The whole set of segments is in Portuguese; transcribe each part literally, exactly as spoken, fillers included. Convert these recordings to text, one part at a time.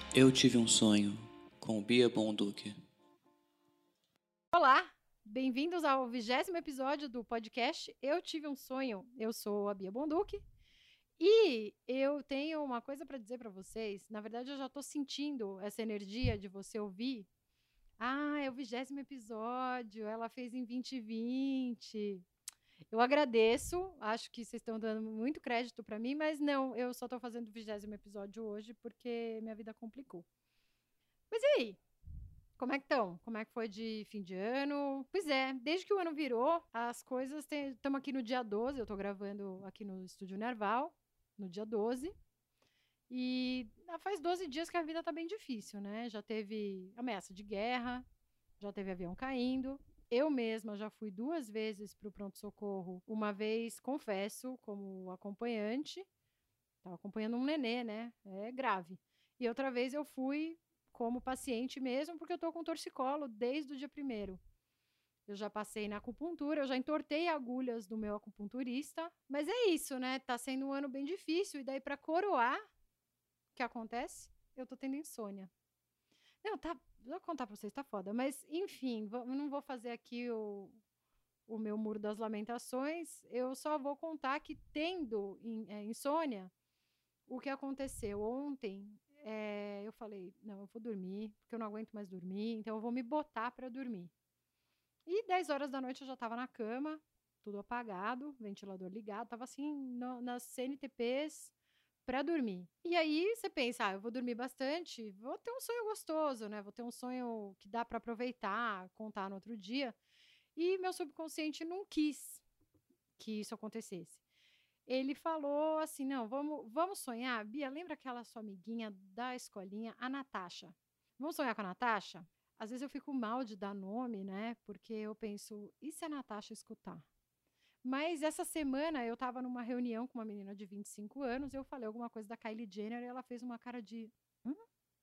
Eu tive um sonho com Bia Bonduque. Olá, bem-vindos ao vigésimo episódio do podcast Eu Tive um Sonho. Eu sou a Bia Bonduque e eu tenho uma coisa para dizer para vocês. Na verdade, eu já estou sentindo essa energia de você ouvir. Ah, é o vigésimo episódio, ela fez em vinte e vinte. Eu agradeço, acho que vocês estão dando muito crédito para mim, mas não, eu só estou fazendo o vigésimo episódio hoje porque minha vida complicou. Mas e aí? Como é que estão? Como é que foi de fim de ano? Pois é, desde que o ano virou, as coisas... Estamos aqui no dia doze, eu estou gravando aqui no Estúdio Nerval, no dia doze. E faz doze dias que a vida está bem difícil, né? Já teve ameaça de guerra, já teve avião caindo. Eu mesma já fui duas vezes para o pronto-socorro. Uma vez, confesso, como acompanhante. Estava acompanhando um nenê, né? É grave. E outra vez eu fui como paciente mesmo, porque eu estou com torcicolo desde o dia primeiro. Eu já passei na acupuntura, eu já entortei agulhas do meu acupunturista. Mas é isso, né? Tá sendo um ano bem difícil. E daí, para coroar o que acontece, eu tô tendo insônia. Não, tá... Vou contar pra vocês, tá foda. Mas, enfim, eu não vou fazer aqui o, o meu muro das lamentações. Eu só vou contar que, tendo in, é, insônia, o que aconteceu ontem, é, eu falei, não, eu vou dormir, porque eu não aguento mais dormir, então eu vou me botar para dormir. E dez horas da noite eu já estava na cama, tudo apagado, ventilador ligado, tava assim no, nas C N T Ps para dormir. E aí você pensa, ah, eu vou dormir bastante, vou ter um sonho gostoso, né? Vou ter um sonho que dá para aproveitar, contar no outro dia. E meu subconsciente não quis que isso acontecesse. Ele falou assim, não, vamos, vamos sonhar. Bia, lembra aquela sua amiguinha da escolinha, a Natasha? Vamos sonhar com a Natasha? Às vezes eu fico mal de dar nome, né? Porque eu penso, e se a Natasha escutar? Mas essa semana eu estava numa reunião com uma menina de vinte e cinco anos e eu falei alguma coisa da Kylie Jenner e ela fez uma cara de... Hum?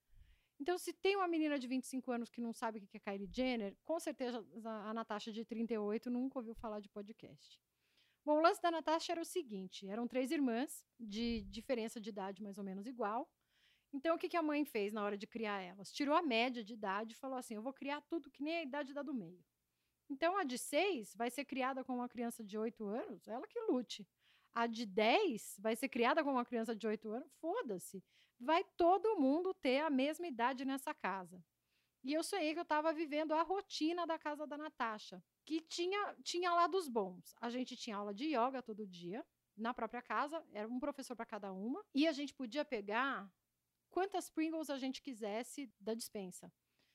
Então, se tem uma menina de vinte e cinco anos que não sabe o que é Kylie Jenner, com certeza a Natasha de trinta e oito nunca ouviu falar de podcast. Bom, o lance da Natasha era o seguinte, eram três irmãs, de diferença de idade mais ou menos igual. Então, o que, que a mãe fez na hora de criar elas? Tirou a média de idade e falou assim, eu vou criar tudo que nem a idade da do meio. Então, a de seis vai ser criada com uma criança de oito anos, ela que lute. A de dez vai ser criada com uma criança de oito anos, foda-se. Vai todo mundo ter a mesma idade nessa casa. E eu sonhei que eu estava vivendo a rotina da casa da Natasha, que tinha, tinha lados bons. A gente tinha aula de yoga todo dia, na própria casa, era um professor para cada uma, e a gente podia pegar quantas Pringles a gente quisesse da despensa.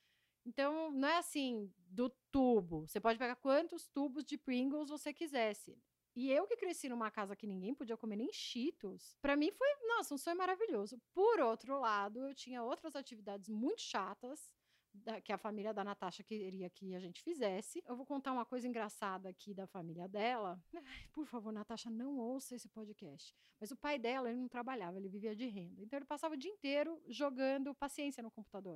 Então, não é assim, do tubo. Você pode pegar quantos tubos de Pringles você quisesse. E eu que cresci numa casa que ninguém podia comer nem Cheetos, pra mim foi, nossa, um sonho maravilhoso. Por outro lado, eu tinha outras atividades muito chatas, da, que a família da Natasha queria que a gente fizesse. Eu vou contar uma coisa engraçada aqui da família dela. Ai, por favor, Natasha, não ouça esse podcast. Mas o pai dela, ele não trabalhava, ele vivia de renda. Então ele passava o dia inteiro jogando paciência no computador.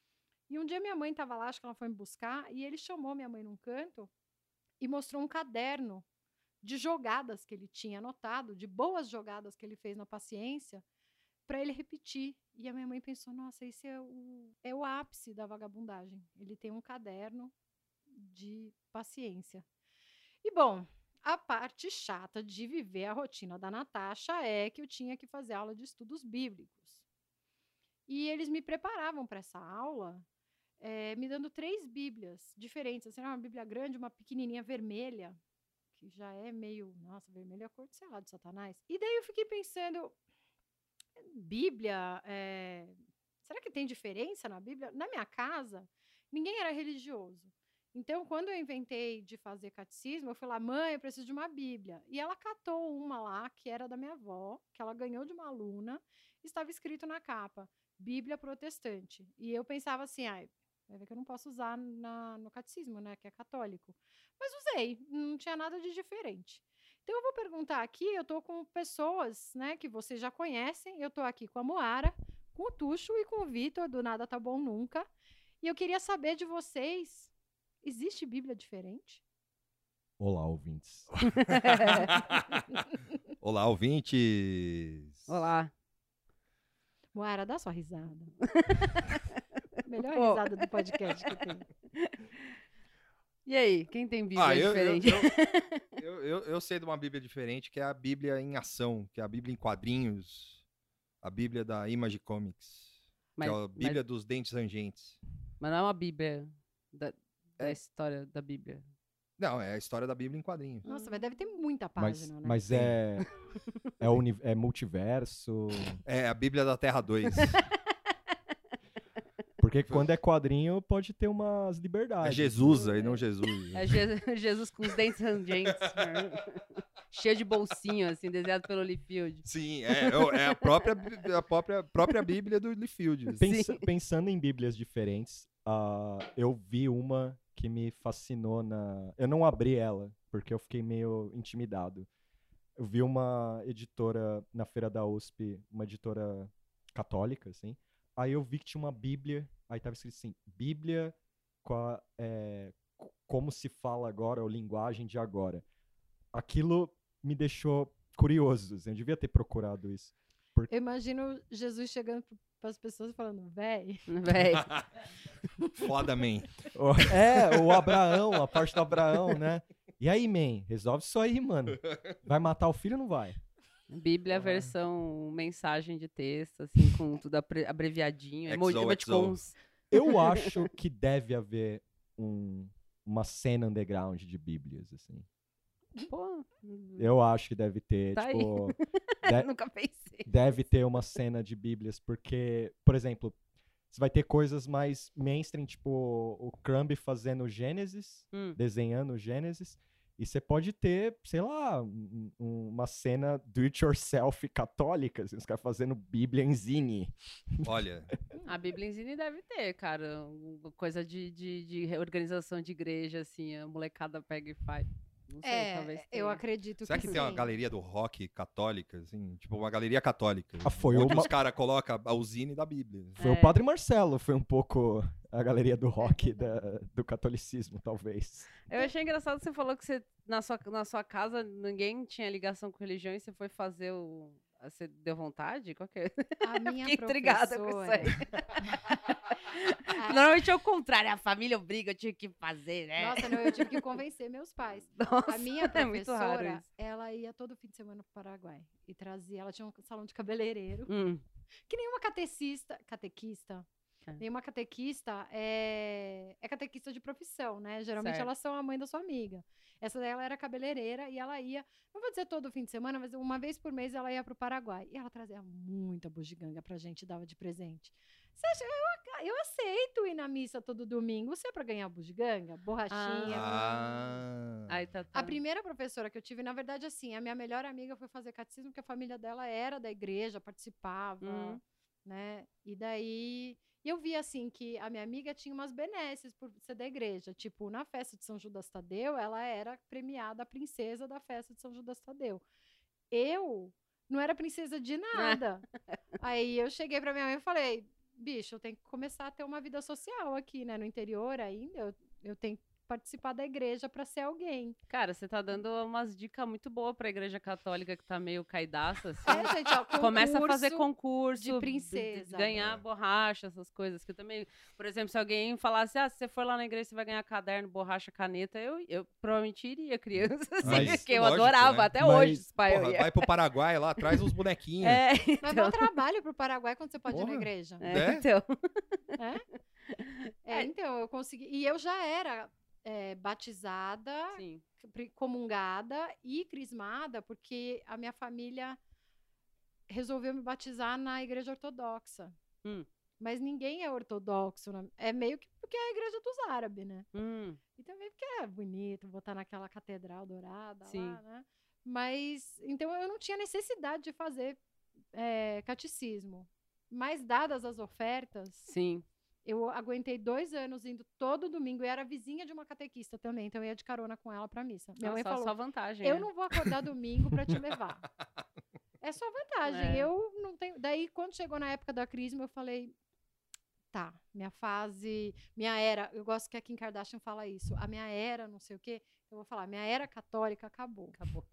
E um dia minha mãe estava lá, acho que ela foi me buscar, e ele chamou minha mãe num canto e mostrou um caderno de jogadas que ele tinha anotado, de boas jogadas que ele fez na paciência, para ele repetir. E a minha mãe pensou, nossa, esse é o, é o ápice da vagabundagem. Ele tem um caderno de paciência. E, bom, a parte chata de viver a rotina da Natasha é que eu tinha que fazer aula de estudos bíblicos. E eles me preparavam para essa aula, é, me dando três bíblias diferentes. Assim, uma bíblia grande, uma pequenininha vermelha, que já é meio, nossa, vermelho é a cor, sei lá, de Satanás. E daí eu fiquei pensando, Bíblia, é, será que tem diferença na Bíblia? Na minha casa, ninguém era religioso. Então, quando eu inventei de fazer catecismo, eu fui lá, mãe, eu preciso de uma Bíblia. E ela catou uma lá, que era da minha avó, que ela ganhou de uma aluna, estava escrito na capa, Bíblia Protestante. E eu pensava assim, ai, vai ver que eu não posso usar na, no catecismo, né, que é católico. Mas usei, não tinha nada de diferente. Então eu vou perguntar aqui, eu tô com pessoas, né, que vocês já conhecem, eu tô aqui com a Moara, com o Tuxo e com o Vitor, do Nada Tá Bom Nunca, e eu queria saber de vocês, existe Bíblia diferente? Olá, ouvintes. Olá, ouvintes. Olá. Moara, dá sua risada. Melhor Pô. risada do podcast que tem. E aí, quem tem Bíblia Ah, eu, eu, diferente? eu, eu, eu, eu sei de uma Bíblia diferente, que é a Bíblia em ação, que é a Bíblia em quadrinhos, a Bíblia da Image Comics, Mas, que é a Bíblia mas, dos dentes rangentes. mas não é uma Bíblia da, da É. história da Bíblia. Não, é a história da Bíblia em quadrinhos. Nossa, mas deve ter muita Mas, página, né? mas é, é, uni- é multiverso. É a Bíblia da Terra dois. Porque quando é quadrinho, pode ter umas liberdades. É Jesus aí, não Jesus. É Je- Jesus com os dentes rangentes, cheio de bolsinho, assim, desenhado pelo Liefeld. Sim, é, é a própria, a própria, própria Bíblia do Liefeld. Pensa- Sim. pensando em bíblias diferentes, ah, eu vi uma que me fascinou na... Eu não abri ela, porque eu fiquei meio intimidado. Eu vi uma editora na Feira da U S P, uma editora católica, assim. Aí eu vi que tinha uma bíblia, aí tava escrito assim, Bíblia com a, é, c- como se fala agora, ou linguagem de agora. Aquilo me deixou curioso, assim, eu devia ter procurado isso. Eu imagino Jesus chegando para as pessoas e falando, véi, Véi, Foda, man. O- É, o Abraão, a parte do Abraão, né? E aí, man, resolve isso aí, mano. Vai matar o filho ou não vai? Bíblia versão mensagem de texto, assim, com tudo apre- abreviadinho, Exo, emoji- exo. emoticons. Eu acho que deve haver um- uma cena underground de bíblias, assim. Pô, Eu acho que deve ter, Tá aí. tipo... de- nunca pensei. deve ter uma cena de bíblias, porque, por exemplo, você vai ter coisas mais mainstream, tipo o Crumb fazendo Gênesis, Hum. desenhando Gênesis, e você pode ter, sei lá, um- um- uma cena do-it-yourself católica, assim, os caras fazendo Bíblia em zine. Olha, A Bíblia em Zine deve ter, cara. Uma coisa de, de, de reorganização de igreja, assim, a molecada pega e faz. Não sei, é, talvez eu tenha. acredito será que que tem uma sim. galeria do rock católica, assim? Tipo, uma galeria católica. Ah, foi onde uma- os caras colocam a usine da Bíblia. Foi É. o Padre Marcelo, foi um pouco a galeria do rock da- do catolicismo, talvez. Eu achei engraçado que você falou que você, na, sua, na sua casa ninguém tinha ligação com religião e você foi fazer o. Você deu vontade? Qual que é? A minha Fiquei intrigada com isso professora... aí. Normalmente é o contrário, a família obriga, eu tive que fazer, né? Nossa, não, eu tive que convencer meus pais. Nossa, A minha é muito raro professora, isso. ela ia todo fim de semana pro Paraguai e trazia, ela tinha um salão de cabeleireiro, Hum, que nenhuma catecista, catequista, É. nenhuma catequista é, é catequista de profissão, né? Geralmente Certo. elas são a mãe da sua amiga. Essa dela era cabeleireira e ela ia, não vou dizer todo fim de semana, mas uma vez por mês ela ia pro Paraguai. E ela trazia muita bugiganga pra gente e dava de presente. Você acha, eu, eu aceito ir na missa todo domingo, se é pra ganhar bugiganga, borrachinha. Ah. aí tá, tá. A primeira professora que eu tive, na verdade, assim, a minha melhor amiga foi fazer catecismo, porque a família dela era da igreja, participava, Uhum. né? E daí eu vi, assim, que a minha amiga tinha umas benesses por ser da igreja. Tipo, na festa de São Judas Tadeu, ela era premiada a princesa da festa de São Judas Tadeu. Eu não era princesa de nada. Aí eu cheguei pra minha mãe e falei, bicho, eu tenho que começar a ter uma vida social aqui, né? No interior ainda, eu, eu tenho que participar da igreja pra ser alguém. Cara, você tá dando umas dicas muito boas pra igreja católica que tá meio caidaça, assim. É, gente, ó, Começa a fazer concurso concurso, de b- princesa. ganhar É. borracha, essas coisas. Que eu também, por exemplo, se alguém falasse, ah, se você for lá na igreja, você vai ganhar caderno, borracha, caneta, eu, eu provavelmente iria, criança, assim, Mas, porque eu lógico, adorava, né? até Mas, hoje, esse pai Porra, eu ia. vai pro Paraguai lá, traz uns bonequinhos. É, Mas dá um trabalho pro Paraguai quando você pode ir na Porra. igreja. é, Né? então. É, então, eu consegui. E eu já era é, batizada, Sim. pri- comungada e crismada, porque a minha família resolveu me batizar na igreja ortodoxa. Hum. Mas ninguém é ortodoxo. na- É meio que porque é a igreja dos árabes, né? Hum, E também porque é bonito botar naquela catedral dourada Sim. lá, né? Mas, então eu não tinha necessidade de fazer é, catecismo. Mas, dadas as ofertas, sim. eu aguentei dois anos indo todo domingo. E era vizinha de uma catequista também, então eu ia de carona com ela pra missa. Minha Nossa, mãe só, falou, só vantagem. eu né? não vou acordar domingo pra te levar. É só vantagem. É. Eu não tenho... Daí, quando chegou na época da crisma, eu falei... Tá, minha fase, minha era, eu gosto que a Kim Kardashian fala isso, a minha era, não sei o quê, eu vou falar, minha era católica acabou. Acabou.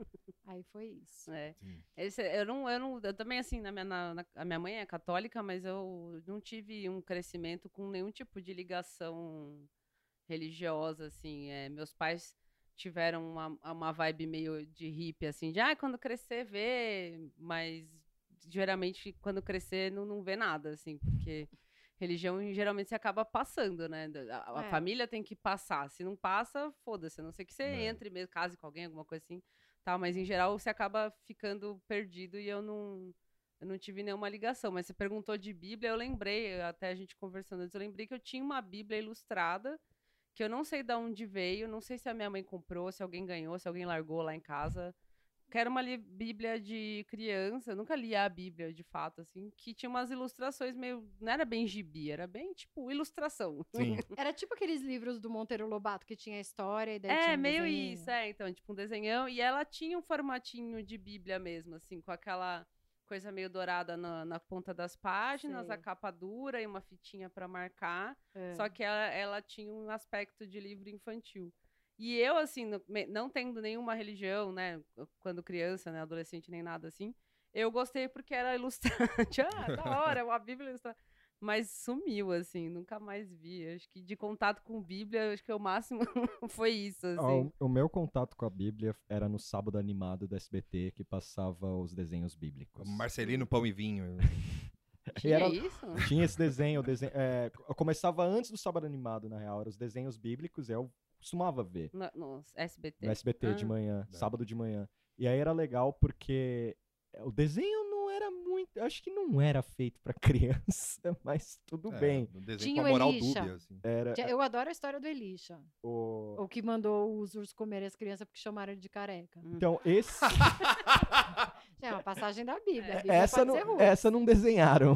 Aí foi isso. É. Sim. Esse, eu, não, eu, não, eu também, assim, na minha, na, na- a minha mãe é católica, mas eu não tive um crescimento com nenhum tipo de ligação religiosa, assim. É, meus pais tiveram uma, uma vibe meio de hippie, assim, de, ah, quando crescer, vê, mas geralmente, quando crescer, não, não vê nada, assim, porque religião, geralmente, você acaba passando, né? A, a É. família tem que passar. Se não passa, foda-se, a não ser que você É. entre mesmo, case com alguém, alguma coisa assim, tal, mas em geral você acaba ficando perdido e eu não, eu não tive nenhuma ligação. Mas você perguntou de Bíblia, eu lembrei, até a gente conversando antes, eu lembrei que eu tinha uma Bíblia ilustrada, que eu não sei de onde veio, não sei se a minha mãe comprou, se alguém ganhou, se alguém largou lá em casa. Que era uma li- Bíblia de criança, eu nunca li a Bíblia de fato, assim, que tinha umas ilustrações meio. Não era bem gibi, era bem tipo ilustração. Sim. Era tipo aqueles livros do Monteiro Lobato que tinha a história e daí tinha É, um meio desenhinho. isso, é, então, tipo um desenhão. E ela tinha um formatinho de Bíblia mesmo, assim, com aquela coisa meio dourada na, na ponta das páginas, Sei. a capa dura e uma fitinha pra marcar. É. Só que ela, ela tinha um aspecto de livro infantil. E eu, assim, no- me- não tendo nenhuma religião, né, quando criança, né, adolescente, nem nada assim, eu gostei porque era ilustrante. Ah, da hora, é uma Bíblia ilustrada. Mas sumiu, assim, nunca mais vi. Acho que de contato com Bíblia, acho que o máximo foi isso, Ó, assim. o, o meu contato com a Bíblia era no sábado animado da S B T, que passava os desenhos bíblicos. Marcelino Pão e Vinho. E Tinha era- isso? Tinha esse desenho, o desenho é, eu começava antes do sábado animado, na real, eram os desenhos bíblicos, eu costumava ver No, no S B T? no S B T de Ah. manhã, É. sábado de manhã. E aí era legal porque o desenho não era muito, acho que não era feito pra criança, mas tudo É, bem. um desenho Tinha com a o moral Elisha. dúbia, assim. Era Já- Eu adoro a história do Elisha. o... O que mandou os ursos comerem as crianças porque chamaram ele de careca. Então, esse É uma passagem da Bíblia. A Bíblia essa pode não, ser ruim. essa não desenharam.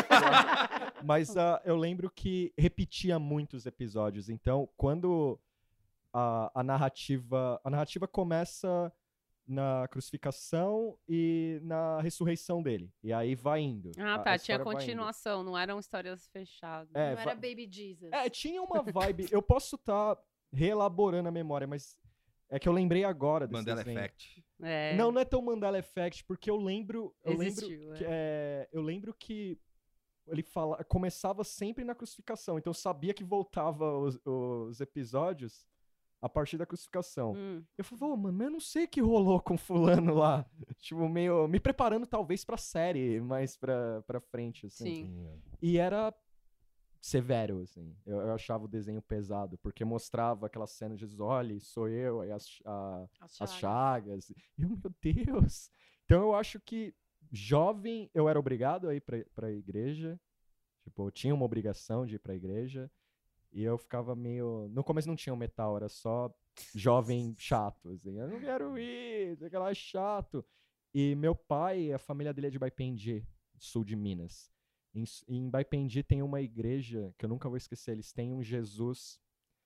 Mas ah, eu lembro que repetia muitos episódios. Então, quando a, a narrativa. A narrativa começa na crucificação e na ressurreição dele. E aí vai indo. Ah, A- tá. a Tinha história vai indo. continuação, não eram histórias fechadas. É, Não era va- Baby Jesus. É, tinha uma vibe. Eu posso estar reelaborando a memória, mas é que eu lembrei agora desse Mandela desenho. Effect. É. Não, não é tão Mandela Effect, porque eu lembro. Eu Existiu, lembro que, é, eu lembro que ele fala, começava sempre na crucificação, então eu sabia que voltava os, os episódios a partir da crucificação. Hum. Eu falei, "Ô, mano, mas eu não sei o que rolou com fulano lá. Tipo, meio. Me preparando talvez pra série mais pra, pra frente, assim. Sim. Sim, é. E era severo, assim. Eu, eu achava o desenho pesado, porque mostrava aquela cena de Jesus, olha, sou eu, aí as, a- As as chagas. chagas. E eu, meu Deus! Então eu acho que jovem eu era obrigado a ir pra, pra igreja. Tipo, eu tinha uma obrigação de ir pra igreja. E eu ficava meio. No começo não tinha o metal, era só jovem chato. Assim. Eu não quero ir, aquela é chato. E meu pai, a família dele é de Baipendi, sul de Minas. Em, S- em Baipendi tem uma igreja que eu nunca vou esquecer. Eles têm um Jesus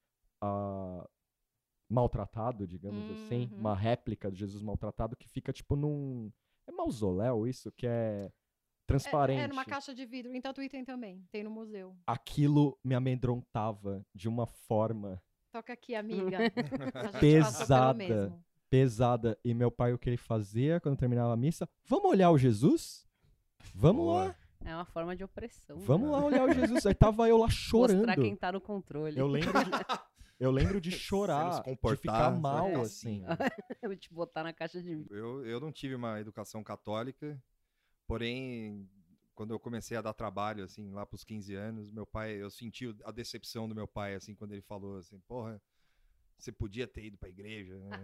ah, maltratado, digamos assim. Uhum. Uma réplica de Jesus maltratado que fica tipo num. É mausoléu isso? Que é transparente. É, é numa caixa de vidro. Em Tatuí tem também. Tem no museu. Aquilo me amedrontava de uma forma Toca aqui, amiga. A gente passou pelo Pesada. mesmo. pesada. E meu pai, o que ele fazia quando terminava a missa? Vamos olhar o Jesus? Vamos Boa. lá, É uma forma de opressão. vamos né? lá olhar o Jesus. Aí tava eu lá chorando. Mostrar quem tá no controle. Eu lembro de, eu lembro de chorar, se de comportar, ficar se mal, comportar assim. Eu vou te botar na caixa de. Eu, eu não tive uma educação católica, porém, quando eu comecei a dar trabalho, assim, lá pros quinze anos, meu pai, eu senti o- a decepção do meu pai, assim, quando ele falou assim, porra, você podia ter ido pra igreja, né?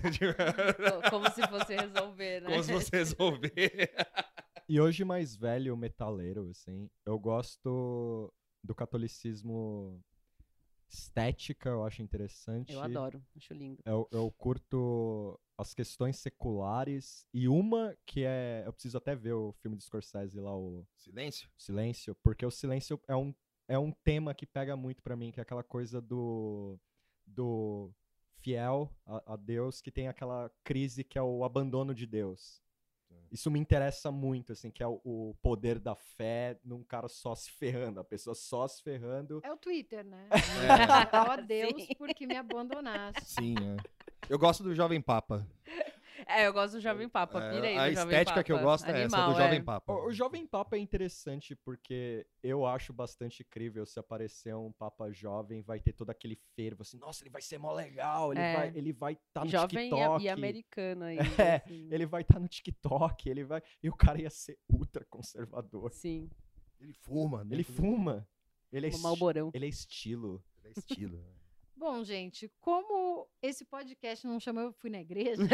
Co- Como se fosse resolver, né? Como se você resolver. E hoje, mais velho, metaleiro, assim, eu gosto do catolicismo estética, eu acho interessante. Eu adoro, acho lindo. Eu, eu curto as questões seculares. E uma que é. Eu preciso até ver o filme de Scorsese lá, o Silêncio? Silêncio, porque o silêncio é um, é um tema que pega muito pra mim, que é aquela coisa do. do fiel a, a Deus, que tem aquela crise que é o abandono de Deus. Isso me interessa muito, assim, que é o, o poder da fé num cara só se ferrando, a pessoa só se ferrando. É o Twitter, né? É. Ó Deus, Sim. porque me abandonaste. Sim, é. Eu gosto do Jovem Papa. É, eu gosto do Jovem Papo, É, pirei a no Jovem estética que eu Papa. gosto é essa, Animal, do Jovem é. Papa. O, o Jovem Papa é interessante porque eu acho bastante incrível se aparecer um Papa jovem, vai ter todo aquele fervo, assim, nossa, ele vai ser mó legal, ele É. vai ele vai estar no Jovem e, TikTok. e americano ainda, É, assim. ele vai estar no TikTok, ele vai... E o cara ia ser ultra conservador. Sim, Ele fuma, né? Ele fuma. Ele é, um esti- malborão. ele é estilo. Ele é estilo. né? Bom, gente, como esse podcast não chama Eu Fui na Igreja,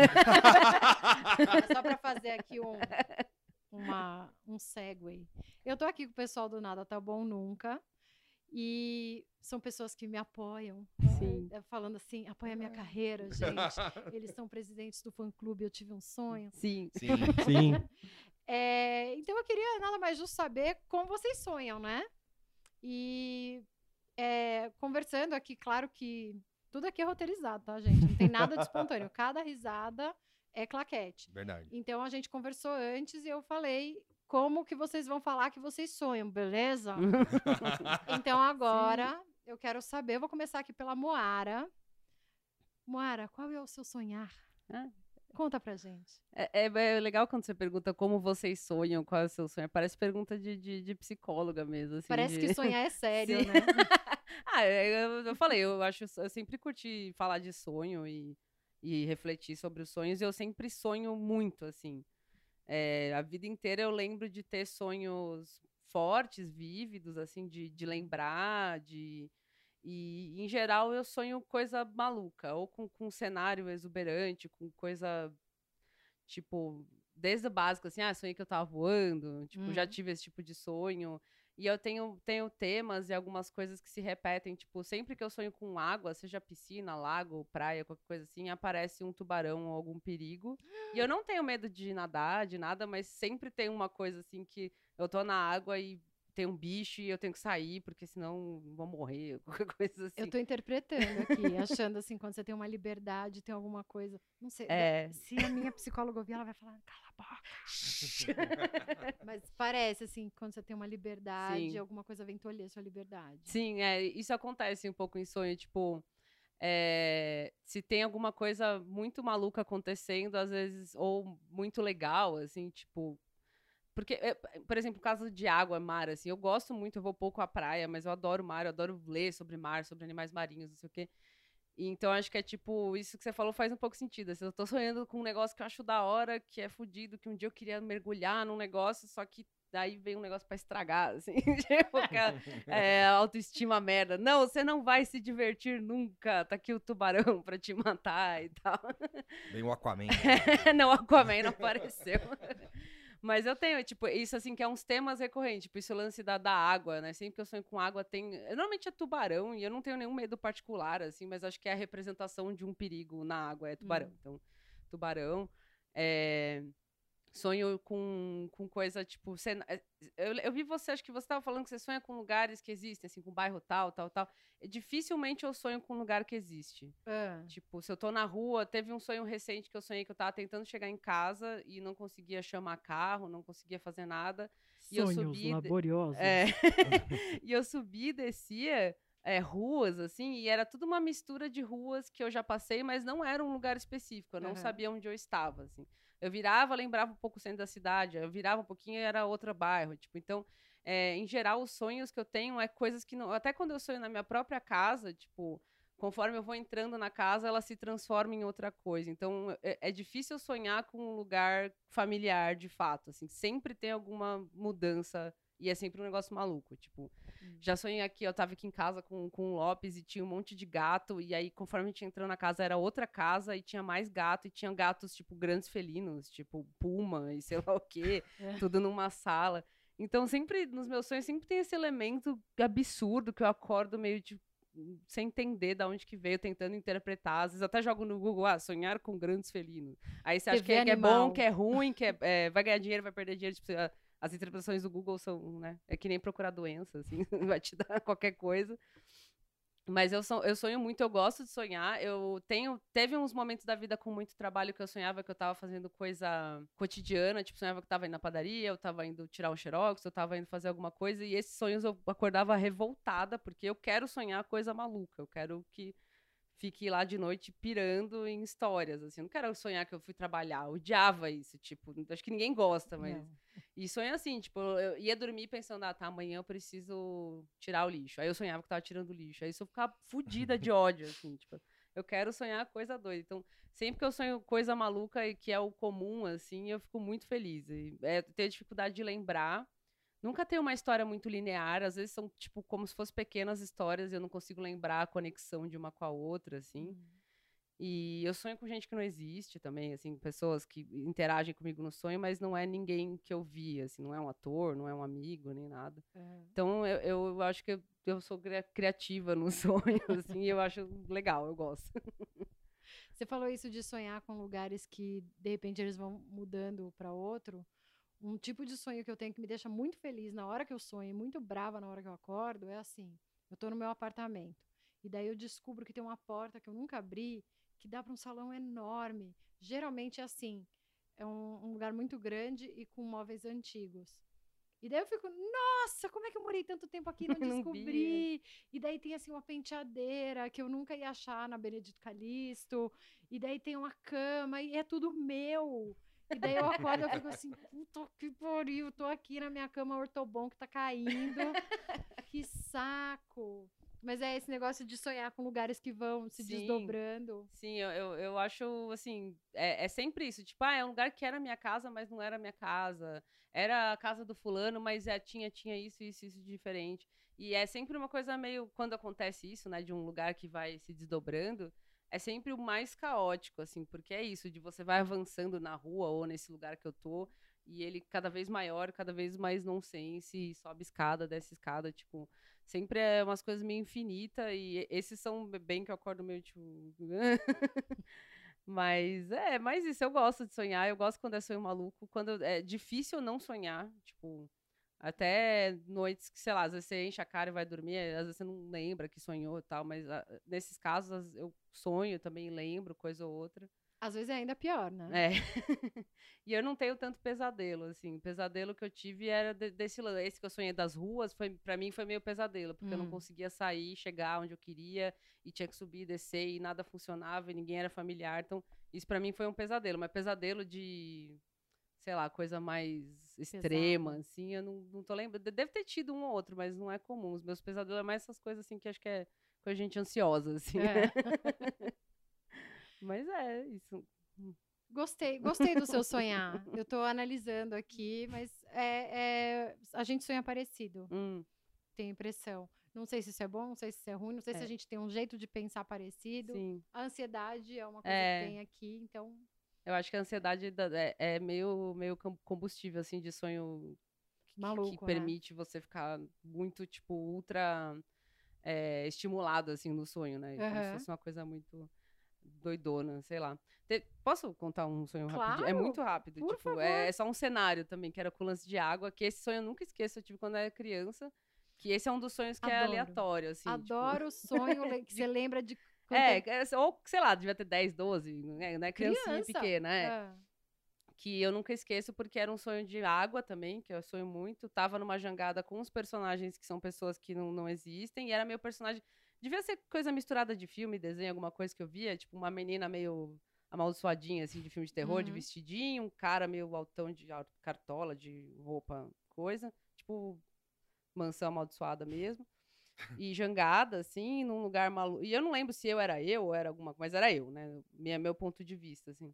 é só para fazer aqui um, uma, um segue. Eu tô aqui com o pessoal do Nada Tá Bom Nunca. E são pessoas que me apoiam. Sim. É, falando assim, apoia a minha carreira, gente. Eles são presidentes do fã-clube, eu tive um sonho. Sim. Sim. Sim. É, então eu queria nada mais justo saber como vocês sonham, né? E é, conversando aqui, claro que tudo aqui é roteirizado, tá, gente? Não tem nada de espontâneo. Cada risada é claquete. Verdade. Então a gente conversou antes e eu falei como que vocês vão falar que vocês sonham, beleza? Então agora eu quero saber, eu vou começar aqui pela Moara. Moara, qual é o seu sonhar? Ah. Conta pra gente. É, é- é legal quando você pergunta como vocês sonham, qual é o seu sonho. Parece pergunta de, de, de psicóloga mesmo. Assim, Parece de- que sonhar é sério, Sim. né? Ah, é, eu, eu falei, eu acho, eu sempre curti falar de sonho e, e refletir sobre os sonhos. E eu sempre sonho muito, assim. É, a vida inteira eu lembro de ter sonhos fortes, vívidos, assim, de, de lembrar, de... E, em geral, eu sonho coisa maluca, ou com, com um cenário exuberante, com coisa, tipo, desde o básico, assim, ah, sonhei que eu tava voando, tipo, já Hum. tive esse tipo de sonho. E eu tenho, tenho temas e algumas coisas que se repetem, tipo, sempre que eu sonho com água, seja piscina, lago, praia, qualquer coisa assim, aparece um tubarão ou algum perigo. E eu não tenho medo de nadar, de nada, mas sempre tem uma coisa assim que eu tô na água e tem um bicho e eu tenho que sair, porque senão vou morrer, qualquer coisa assim. Eu tô interpretando aqui, achando assim, quando você tem uma liberdade, tem alguma coisa. Não sei. É. Se a minha psicóloga ouvir, ela vai falar, cala a boca. Mas parece, assim, quando você tem uma liberdade, Sim. alguma coisa vem tolher sua liberdade. Sim, é, isso acontece um pouco em sonho, tipo, é, se tem alguma coisa muito maluca acontecendo, às vezes, ou muito legal, assim, tipo, porque, é, por exemplo, caso de água, mar, assim, eu gosto muito, eu vou pouco à praia, mas eu adoro mar, eu adoro ler sobre mar, sobre animais marinhos, não sei o quê. E então, acho que é tipo, isso que você falou faz um pouco sentido. Assim, eu tô sonhando com um negócio que eu acho da hora, que é fudido, que um dia eu queria mergulhar num negócio, só que daí vem um negócio pra estragar, assim, tipo, aquela, é, autoestima merda. Não, você não vai se divertir nunca, tá aqui o tubarão pra te matar e tal. Vem o Aquaman. Não, Aquaman não apareceu. Mas eu tenho, tipo, isso assim, que é uns temas recorrentes, tipo, esse lance da, da água, né? Sempre que eu sonho com água, tem... Normalmente é tubarão, e eu não tenho nenhum medo particular, assim, mas acho que é a representação de um perigo na água, é tubarão. Hum. Então, tubarão. É... Sonho com, com coisa, tipo... Cena... Eu, eu vi você, acho que você estava falando que você sonha com lugares que existem, assim, com bairro tal, tal, tal. Dificilmente eu sonho com um lugar que existe. Ah, Tipo, se eu tô na rua, teve um sonho recente que eu sonhei que eu tava tentando chegar em casa e não conseguia chamar carro, não conseguia fazer nada. E eu sonhos subi de- laboriosos. É. E eu subi e descia é, ruas, assim, e era tudo uma mistura de ruas que eu já passei, mas não era um lugar específico, eu não Aham. sabia onde eu estava, assim. Eu virava, lembrava um pouco o centro da cidade, eu virava um pouquinho e era outro bairro, tipo, então... É, em geral, os sonhos que eu tenho é coisas que não... Até quando eu sonho na minha própria casa, tipo, conforme eu vou entrando na casa, ela se transforma em outra coisa. Então, é, é difícil sonhar com um lugar familiar, de fato, assim. Sempre tem alguma mudança e é sempre um negócio maluco, tipo... Já sonhei aqui, eu tava aqui em casa com, com o Lopes e tinha um monte de gato, e aí, conforme a gente entrou na casa, era outra casa e tinha mais gato, e tinha gatos, tipo, grandes felinos, tipo, puma e sei lá o quê, É. tudo numa sala. Então, sempre, nos meus sonhos, sempre tem esse elemento absurdo que eu acordo meio de, sem entender de onde que veio, tentando interpretar. Às vezes até jogo no Google, ah, sonhar com grandes felinos. Aí você acha que T V é, que é animal. bom, que é ruim, que é, é, vai ganhar dinheiro, vai perder dinheiro. Tipo, a- as interpretações do Google são, né? É que nem procurar doença, assim, vai te dar qualquer coisa. Mas eu, son- eu sonho muito, eu gosto de sonhar. Eu tenho. Teve uns momentos da vida com muito trabalho que eu sonhava que eu tava fazendo coisa cotidiana, tipo, sonhava que eu tava indo na padaria, eu tava indo tirar um xerox, eu tava indo fazer alguma coisa, e esses sonhos eu acordava revoltada, porque eu quero sonhar coisa maluca, eu quero que fique lá de noite pirando em histórias, assim. Eu não quero sonhar que eu fui trabalhar. Eu odiava isso, tipo, acho que ninguém gosta, mas... Não. E sonho assim, tipo, eu ia dormir pensando, ah, tá, amanhã eu preciso tirar o lixo. Aí eu sonhava que eu tava tirando o lixo. Aí isso eu ficava fodida de ódio, assim, tipo, eu quero sonhar coisa doida. Então, sempre que eu sonho coisa maluca e que é o comum, assim, eu fico muito feliz. E, é, eu tenho dificuldade de lembrar. Nunca tem uma história muito linear, às vezes são, tipo, como se fossem pequenas histórias e eu não consigo lembrar a conexão de uma com a outra, assim. Hum. E eu sonho com gente que não existe também, assim, pessoas que interagem comigo no sonho, mas não é ninguém que eu vi, assim, não é um ator, não é um amigo, nem nada. É. Então, eu, eu acho que eu, eu sou cria- criativa no sonho, assim, e eu acho legal, eu gosto. Você falou isso de sonhar com lugares que, de repente, eles vão mudando para outro. Um tipo de sonho que eu tenho que me deixa muito feliz na hora que eu sonho e muito brava na hora que eu acordo é assim: eu tô no meu apartamento e daí eu descubro que tem uma porta que eu nunca abri que dá para um salão enorme. Geralmente é assim, é um, um lugar muito grande e com móveis antigos. E daí eu fico, nossa, como é que eu morei tanto tempo aqui e não Não descobri? E daí tem assim uma penteadeira que eu nunca ia achar na Benedito Calixto. E daí tem uma cama e é tudo meu. E daí eu acordo e eu fico assim, puta que pariu, tô aqui na minha cama ortobon que tá caindo. Que saco. Mas é esse negócio de sonhar com lugares que vão se Sim. desdobrando. Sim, eu, eu, eu acho, assim, é, é sempre isso. Tipo, ah, é um lugar que era minha casa, mas não era minha casa. Era a casa do fulano, mas é, tinha, tinha isso, isso, isso diferente. E é sempre uma coisa meio, quando acontece isso, né, de um lugar que vai se desdobrando, é sempre o mais caótico, assim, porque é isso, de você vai avançando na rua ou nesse lugar que eu tô, e ele cada vez maior, cada vez mais nonsense, sobe escada, desce escada, tipo, sempre é umas coisas meio infinitas, e esses são bem que eu acordo meio, tipo... Mas é, mas isso, eu gosto de sonhar, eu gosto quando é sonho maluco, quando é difícil não sonhar, tipo, até noites que, sei lá, às vezes você enche a cara e vai dormir, às vezes você não lembra que sonhou e tal, mas ah, nesses casos as- eu sonho também, lembro coisa ou outra. Às vezes é ainda pior, né? É. E eu não tenho tanto pesadelo, assim. O pesadelo que eu tive era de- desse lance. Esse que eu sonhei das ruas, foi, pra mim foi meio pesadelo, porque eu não Hum. conseguia sair, chegar onde eu queria, e tinha que subir, descer, e nada funcionava, e ninguém era familiar. Então, isso pra mim foi um pesadelo. Mas pesadelo de, sei lá, coisa mais extrema, Pesado. assim, eu não, não tô lembrando. De- Deve ter tido um ou outro, mas não é comum. Os meus pesadelos é mais essas coisas, assim, que acho que é coisa de gente ansiosa, assim. É. Mas é, isso. Gostei, gostei do seu sonhar. Eu tô analisando aqui, mas é, é- a gente sonha parecido, Hum, tenho impressão. Não sei se isso é bom, não sei se isso é ruim, não sei se É. a gente tem um jeito de pensar parecido. sim. A ansiedade é uma coisa É. que tem aqui, então. Eu acho que a ansiedade da- é, é meio, meio com- combustível, assim, de sonho que, Maluco, que né? permite você ficar muito, tipo, ultra é, estimulado, assim, no sonho, né? Como se Aham. fosse uma coisa muito doidona, sei lá. Te- posso contar um sonho rapidinho? É Claro, muito rápido, por tipo, favor. é, é só um cenário também, que era com lance de água, que esse sonho eu nunca esqueço, eu tive quando eu era criança, que esse é um dos sonhos que é Adoro. aleatório, assim, tipo... Adoro o sonho le- que de- você lembra de quando É, é, ou, sei lá, devia ter dez, doze, né? Não é criancinha criança. pequena, é. Ah, Que eu nunca esqueço porque era um sonho de água também, que eu sonho muito. Tava numa jangada com os personagens que são pessoas que não, não existem, e era meu personagem. Devia ser coisa misturada de filme, desenho, alguma coisa que eu via, tipo uma menina meio amaldiçoadinha, assim, de filme de terror, de Uhum. vestidinho, um cara meio altão de al- cartola, de roupa, coisa, tipo mansão amaldiçoada mesmo. E jangada, assim, num lugar maluco. E eu não lembro se eu era eu ou era alguma coisa, mas era eu, né? Minha, meu ponto de vista, assim.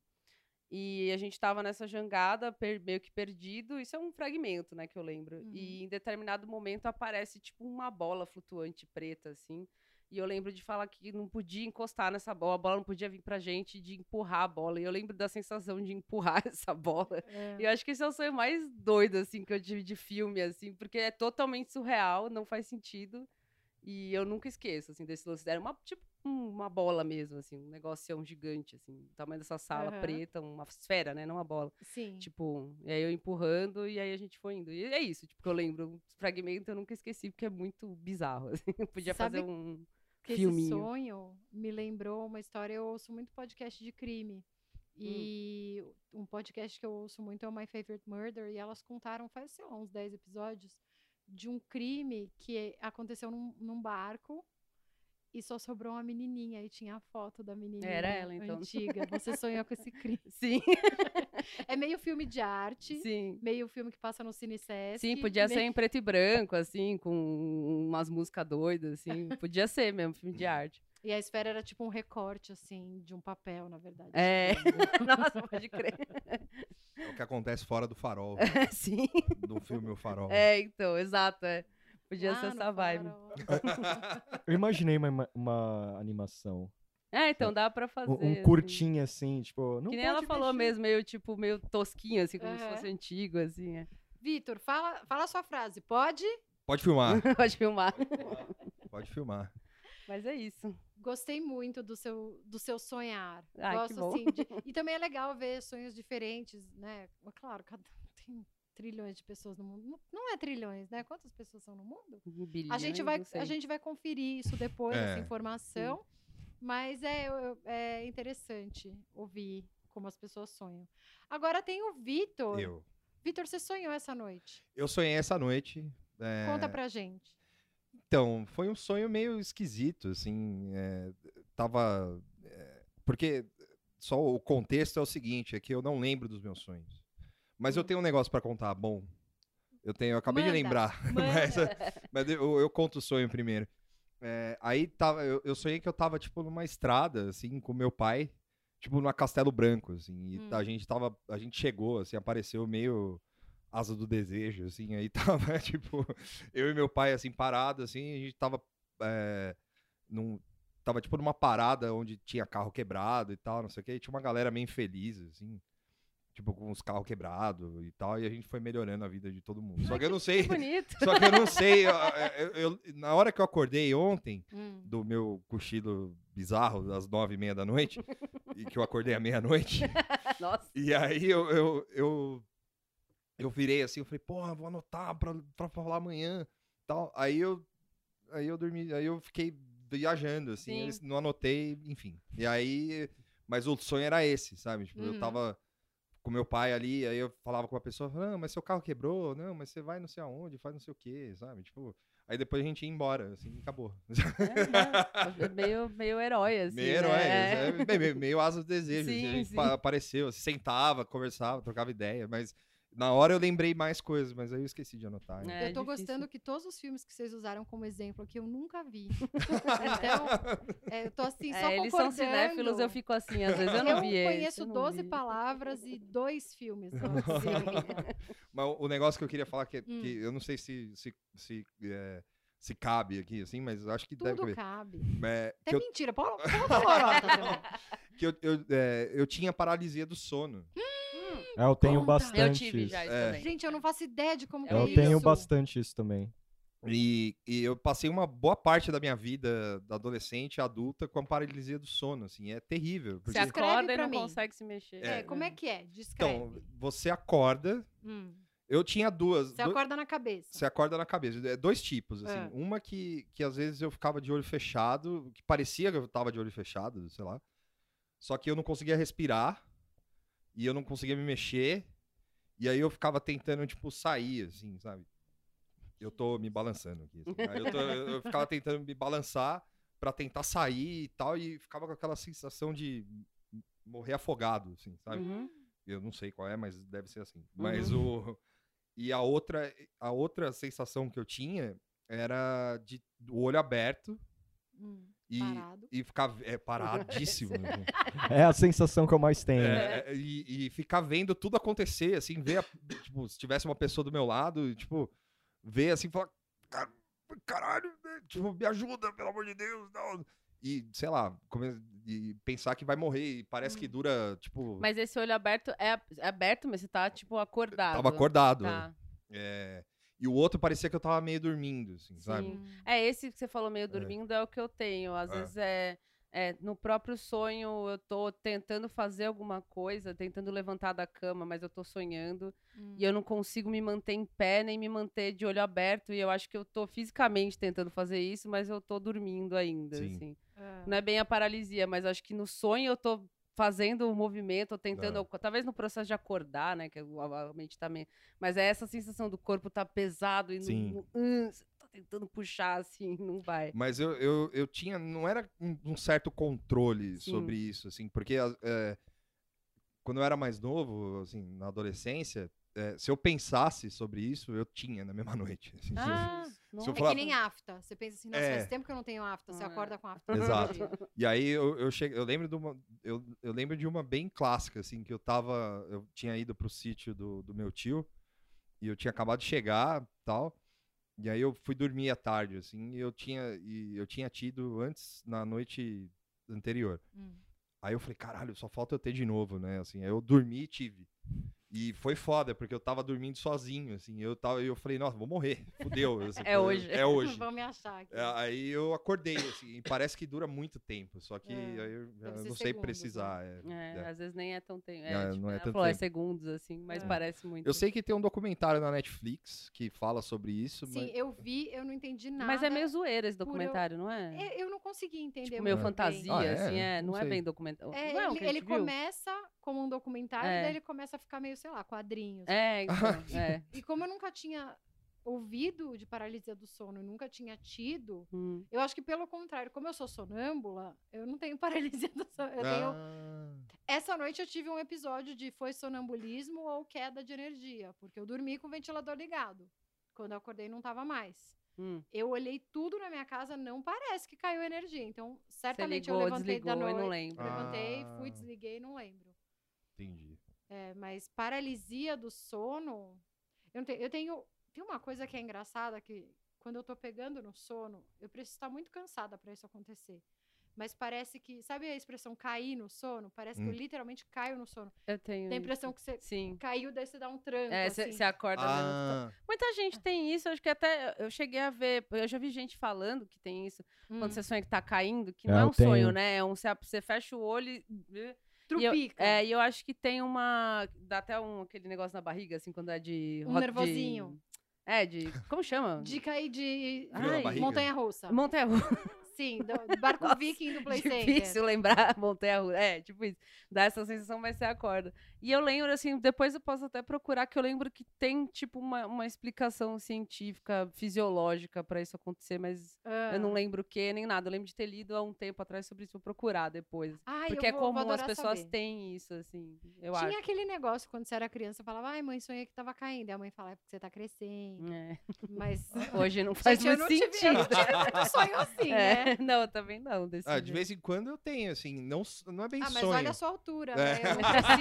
E a gente tava nessa jangada, per- meio que perdido. Isso é um fragmento, né, que eu lembro. Uhum. E em determinado momento aparece, tipo, uma bola flutuante preta, assim. E eu lembro de falar que não podia encostar nessa bola, a bola não podia vir pra gente, de empurrar a bola. E eu lembro da sensação de empurrar essa bola. é. E eu acho que esse é o sonho mais doido, assim, que eu tive de filme, assim, porque é totalmente surreal, não faz sentido. E eu nunca esqueço, assim, desse lance. Era uma, tipo, um- uma bola mesmo, assim, um negócio gigante, assim, do tamanho dessa sala Aham. preta, uma esfera, né, não uma bola. Sim. Tipo, e aí eu empurrando e aí a gente foi indo. E é isso, tipo, que eu lembro, um fragmento eu nunca esqueci, porque é muito bizarro, assim. Eu podia Sabe fazer um que esse filminho. sonho me lembrou uma história. Eu ouço muito podcast de crime. E um podcast que eu ouço muito é o My Favorite Murder. E elas contaram, faz, sei lá, uns dez episódios, de um crime que aconteceu num, num barco. e só sobrou uma menininha e tinha a foto da menininha Era ela, então. antiga. Você sonhou com esse crime. Sim, É meio filme de arte, sim. meio filme que passa no Cine Sesc. Sim, podia meio... ser em preto e branco, assim, com umas músicas doidas, assim. Podia ser mesmo, filme de arte. E a esfera era tipo um recorte, assim, de um papel, na verdade. É, nossa, pode crer. É o que acontece fora do farol, Sim, do filme O Farol. é, então, exato, é. Podia Ah, ser no essa vibe. farol. Eu imaginei uma, ima- uma animação. É, então dá pra fazer. Um, um assim. curtinho, assim, tipo... Não Que nem pode ela falou mexer. mesmo, meio tipo, meio tosquinho, assim, como se Aham. fosse antigo, assim. É. Vitor, fala, fala a sua frase. Pode? Pode filmar. Pode filmar. Pode filmar. Mas é isso. Gostei muito do seu, do seu sonhar. Ai, Gosto, que bom. assim, de- E também é legal ver sonhos diferentes, né? Claro, cada tem trilhões de pessoas no mundo. Não- Não é trilhões, né? Quantas pessoas são no mundo? A gente vai, Bilhões, não a sei. gente vai conferir isso depois, É. essa informação. Mas é, eu- é interessante ouvir como as pessoas sonham. Agora tem o Vitor. Eu. Vitor, você sonhou essa noite? Eu sonhei essa noite. é, Conta pra gente. Então, foi um sonho meio esquisito, assim. é, tava. é, porque só o contexto é o seguinte: é que eu não lembro dos meus sonhos. Mas eu Hum. tenho um negócio pra contar, bom. Eu tenho, eu acabei Manda, de lembrar. Mas, mas eu, eu conto o sonho primeiro. É, aí tava, eu, eu sonhei que eu tava, tipo, numa estrada, assim, com meu pai, tipo, numa Castelo Branco, assim. E Hum. a gente tava. A gente chegou, assim, apareceu meio. Asa do Desejo, assim, aí tava, tipo, eu e meu pai, assim, parado, assim, a gente tava, é, num, tava, tipo, numa parada onde tinha carro quebrado e tal, não sei o que, e tinha uma galera meio infeliz, assim, tipo, com os carros quebrados e tal, e a gente foi melhorando a vida de todo mundo. Só que eu não sei, Que bonito. só que eu não sei, eu- eu- eu- na hora que eu acordei ontem, Hum. do meu cochilo bizarro, das nove e meia da noite, e que eu acordei à meia-noite, Nossa. e aí eu, eu, eu, eu virei assim, eu falei, porra, vou anotar pra, pra falar amanhã. Tal. Aí eu aí eu dormi, aí eu fiquei viajando, assim, Sim. eu não anotei, enfim. E aí, mas o sonho era esse, sabe? Tipo, Uhum. eu tava com meu pai ali, aí eu falava com uma pessoa, não, mas seu carro quebrou, não, mas você vai não sei aonde, faz não sei o quê, sabe? Tipo, aí depois a gente ia embora, assim, e acabou. É, né? meio, meio herói, assim. Meio herói, né? é, bem, meio, meio asa do desejo. assim, Sim, a gente sim. pa- apareceu, se sentava, conversava, trocava ideia, mas na hora eu lembrei mais coisas, mas aí eu esqueci de anotar. né? É, eu tô difícil. gostando que todos os filmes que vocês usaram como exemplo aqui eu nunca vi. Então, é, eu tô assim, só É, eles são concordando. cinéfilos, eu fico assim, às vezes eu não Eu vi esse, conheço eu não doze vi. palavras e dois filmes. vamos dizer. Mas o- o negócio que eu queria falar, que, Hum. que eu não sei se, se, se, é, se cabe aqui, assim, mas eu acho que deve Tudo caber. cabe. É, Até que eu, mentira. Paulo, Paulo Lorota também. que eu, eu, é, eu tinha paralisia do sono. É, eu tenho Conta. bastante Eu tive isso. já isso É. também. Gente, eu não faço ideia de como que Eu é Eu isso. tenho bastante isso também. E, e eu passei uma boa parte da minha vida, da adolescente, adulta, com a paralisia do sono, assim, é terrível. Você Porque, Descreve acorda e pra não mim. consegue se mexer. É, como é que é? Descreve. então, você acorda, Hum. eu tinha duas. Você do- acorda na cabeça. Você acorda na cabeça. É dois tipos, assim. É. Uma que, que às vezes eu ficava de olho fechado, que parecia que eu tava de olho fechado, sei lá. Só que eu não conseguia respirar e eu não conseguia me mexer. E aí eu ficava tentando, tipo, sair, assim, sabe? Eu tô me balançando aqui. assim. Aí eu, tô- eu- eu ficava tentando me balançar pra tentar sair e tal, e ficava com aquela sensação de morrer afogado, assim, sabe? Uhum. Eu não sei qual é, mas deve ser assim. Mas o. E a outra, a outra sensação que eu tinha era de o olho aberto Hum. e, Parado. e ficar é, paradíssimo. assim. É a sensação que eu mais tenho. É, é, e, e ficar vendo tudo acontecer, assim, ver, a- tipo, se tivesse uma pessoa do meu lado, e, tipo, ver assim, falar, "Car- caralho, né? Tipo, me ajuda, pelo amor de Deus, não. E, sei lá, come- e pensar que vai morrer, e parece que Hum. dura, tipo, Mas esse olho aberto é, é aberto, mas você tá, tipo, acordado. tava acordado. Tá. É, e o outro parecia que eu tava meio dormindo, assim, sabe? Sim. É, esse que você falou meio dormindo é, o que eu tenho. Às É. vezes é, é no próprio sonho eu tô tentando fazer alguma coisa, tentando levantar da cama, mas eu tô sonhando Hum. e eu não consigo me manter em pé nem me manter de olho aberto e eu acho que eu tô fisicamente tentando fazer isso, mas eu tô dormindo ainda, Sim. assim. É. Não é bem a paralisia, mas acho que no sonho eu tô fazendo o movimento, ou tentando, É. talvez no processo de acordar, né, que a, a mente tá meio... Mas é essa sensação do corpo tá pesado e Sim. no, no, hum, você tá tentando puxar, assim, não vai. Mas eu, eu, eu tinha, não era um, um certo controle Sim. sobre isso, assim, porque é, quando eu era mais novo, assim, na adolescência, é, se eu pensasse sobre isso, eu tinha na mesma noite. Assim, Ah, eu É falar- que nem afta. Você pensa assim, nossa, É. faz tempo que eu não tenho afta. Você Ah. acorda com afta. Exato. todo dia. E aí eu, eu, cheguei, eu lembro de uma. Eu, eu lembro de uma bem clássica, assim, que eu tava. Eu tinha ido pro sítio do, do meu tio, e eu tinha acabado de chegar e tal. E aí eu fui dormir à tarde, assim, e eu tinha, e eu tinha tido antes, na noite anterior. Hum. Aí eu falei, caralho, só falta eu ter de novo, né? Assim, aí eu dormi e tive. E foi foda, porque eu tava dormindo sozinho, assim. Eu, tava, eu falei, nossa, vou morrer. Fudeu. Assim, É hoje. É hoje. Vão me achar aqui. É, aí eu acordei, assim, e parece que dura muito tempo. Só que É, aí eu já deve ser não sei segundos, precisar. é, É, é. às vezes nem é tão tempo. É, Não, tipo, não é ela tanto falou, é tempo. segundos, assim, mas É. parece muito. Eu sei que tem um documentário na Netflix que fala sobre isso, Sim, mas... eu vi, eu não entendi nada. Mas é meio zoeira esse por eu- documentário, não é? É, eu não consegui entender Tipo, muito meio bem. fantasia, Ah, é? assim, é. Não Não, é sei. bem documentário. É, não é um ele que a gente ele viu? começa como um documentário, É. daí ele começa a ficar meio, sei lá, quadrinhos. É, então, é. E como eu nunca tinha ouvido de paralisia do sono, e nunca tinha tido, Hum. eu acho que pelo contrário, como eu sou sonâmbula, eu não tenho paralisia do sono. Eu tenho... Ah, Essa noite eu tive um episódio de foi sonambulismo ou queda de energia, porque eu dormi com o ventilador ligado. Quando eu acordei não tava mais. Hum. Eu olhei tudo na minha casa, não parece que caiu energia. Então, Você certamente ligou, eu levantei da desligou e noite. não lembra. Levantei, fui, Ah. desliguei, não lembro. entendi. É, mas paralisia do sono. Eu, não tenho, eu tenho. Tem uma coisa que é engraçada que quando eu tô pegando no sono, eu preciso estar muito cansada para isso acontecer. Mas parece que. Sabe a expressão cair no sono? Parece que Hum. eu literalmente caio no sono. Eu tenho. Tem a impressão que você Sim. caiu, daí você dá um tranco. É, assim. você acorda mesmo. Ah, Muita gente tem isso, acho que até eu cheguei a ver, eu já vi gente falando que tem isso, Hum. quando você sonha que tá caindo, que É, não é eu um sonho, tenho. né? É um, você, você fecha o olho e. Trupica. E eu, é, e eu acho que tem uma. Dá até um, aquele negócio na barriga, assim, quando é de. Um ro- nervosinho. De, é, de. Como chama? De cair de Frio na Ai, barriga? montanha-russa. Montanha Sim, do, do barco Nossa, viking do Play Difícil Center. lembrar Montanha Russa. É, tipo isso. Dá essa sensação, mas você acorda. E eu lembro, assim, depois eu posso até procurar, que eu lembro que tem, tipo, uma, uma explicação científica, fisiológica pra isso acontecer, mas Ah. eu não lembro o que, nem nada. Eu lembro de ter lido há um tempo atrás sobre isso, vou procurar depois. Ai, Porque eu é vou- vou comum, as adorar pessoas saber. têm isso, assim, eu Tinha acho. aquele negócio quando você era criança, falava, ai, mãe, sonhei que tava caindo. E a mãe fala, é porque você tá crescendo. É. Mas. Hoje não faz Gente, eu muito não tive, eu sentido. não tive muito sonho assim, É, né? não, também não. Desse ah, de jeito. vez em quando eu tenho, assim, não, s- não é bem Ah, mas sonho. olha a sua altura, É. né? Eu não cresci